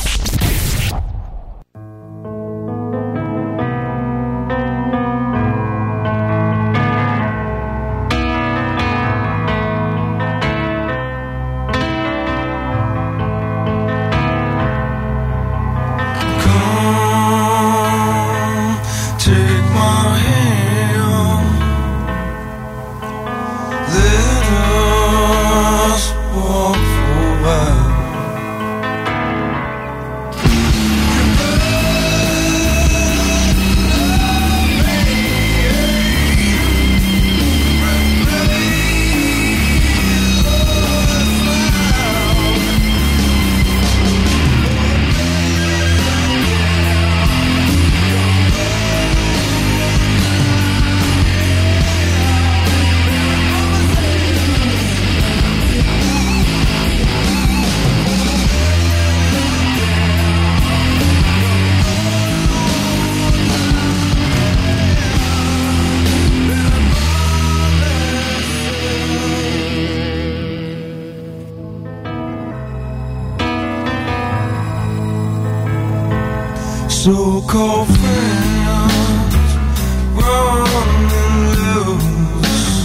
So-called friends running loose,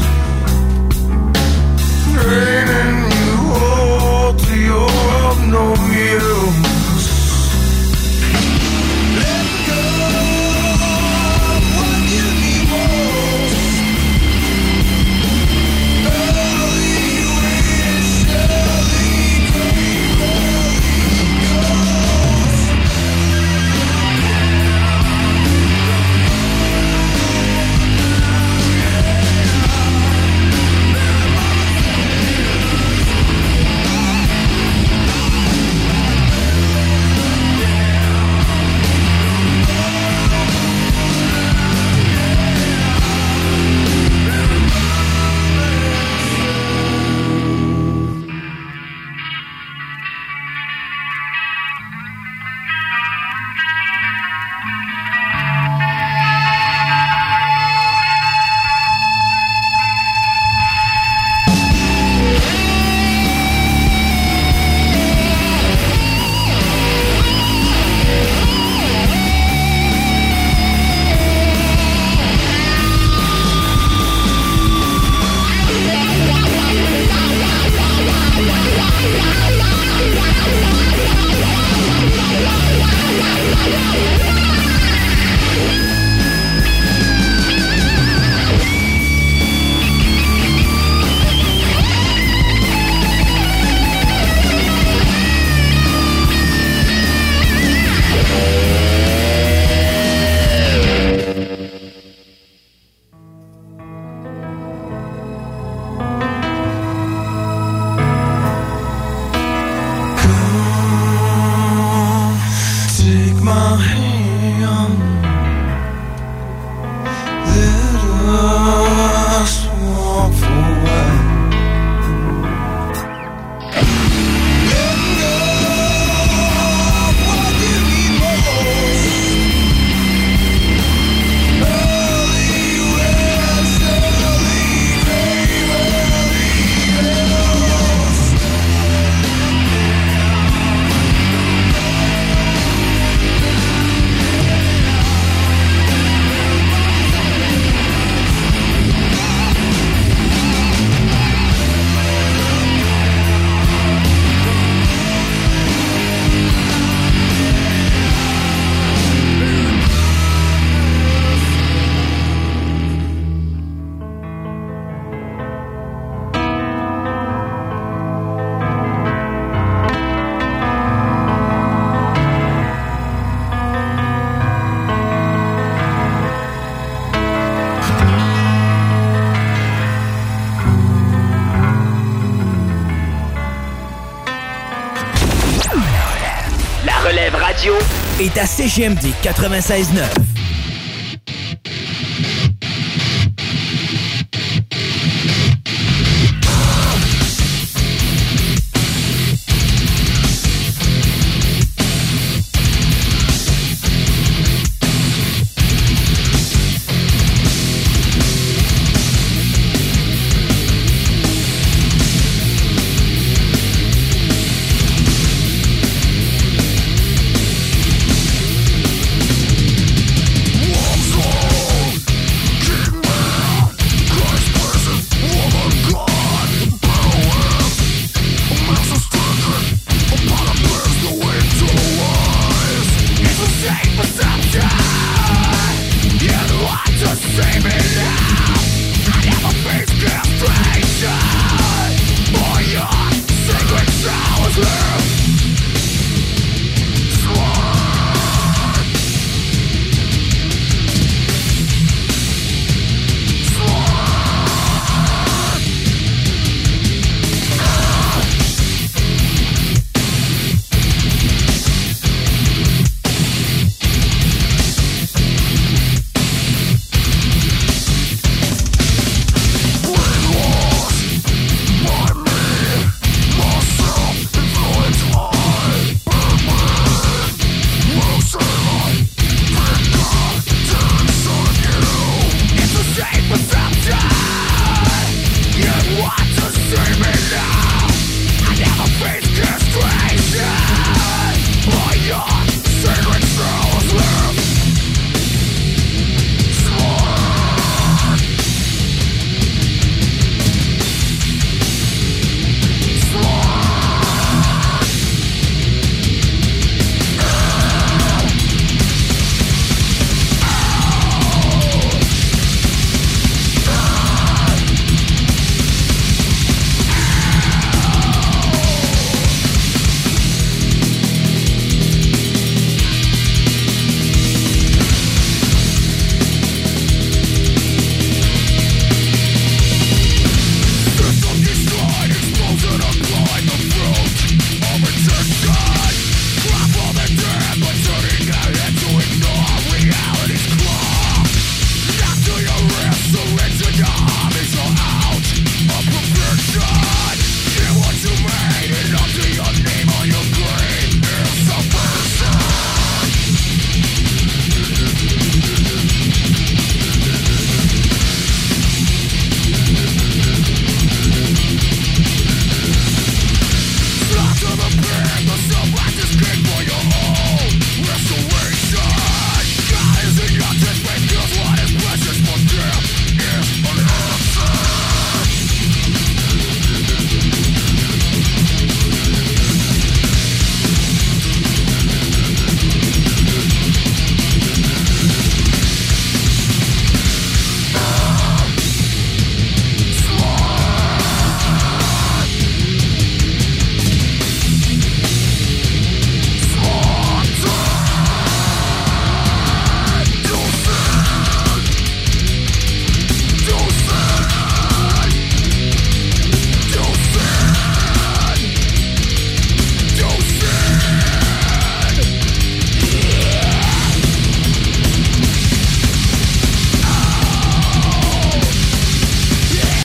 draining you all till you're of no use. Let go of what you need most. Early wish, early grave, early ghost. Take my hand. relève radio est à C G M D quatre-vingt-seize neuf.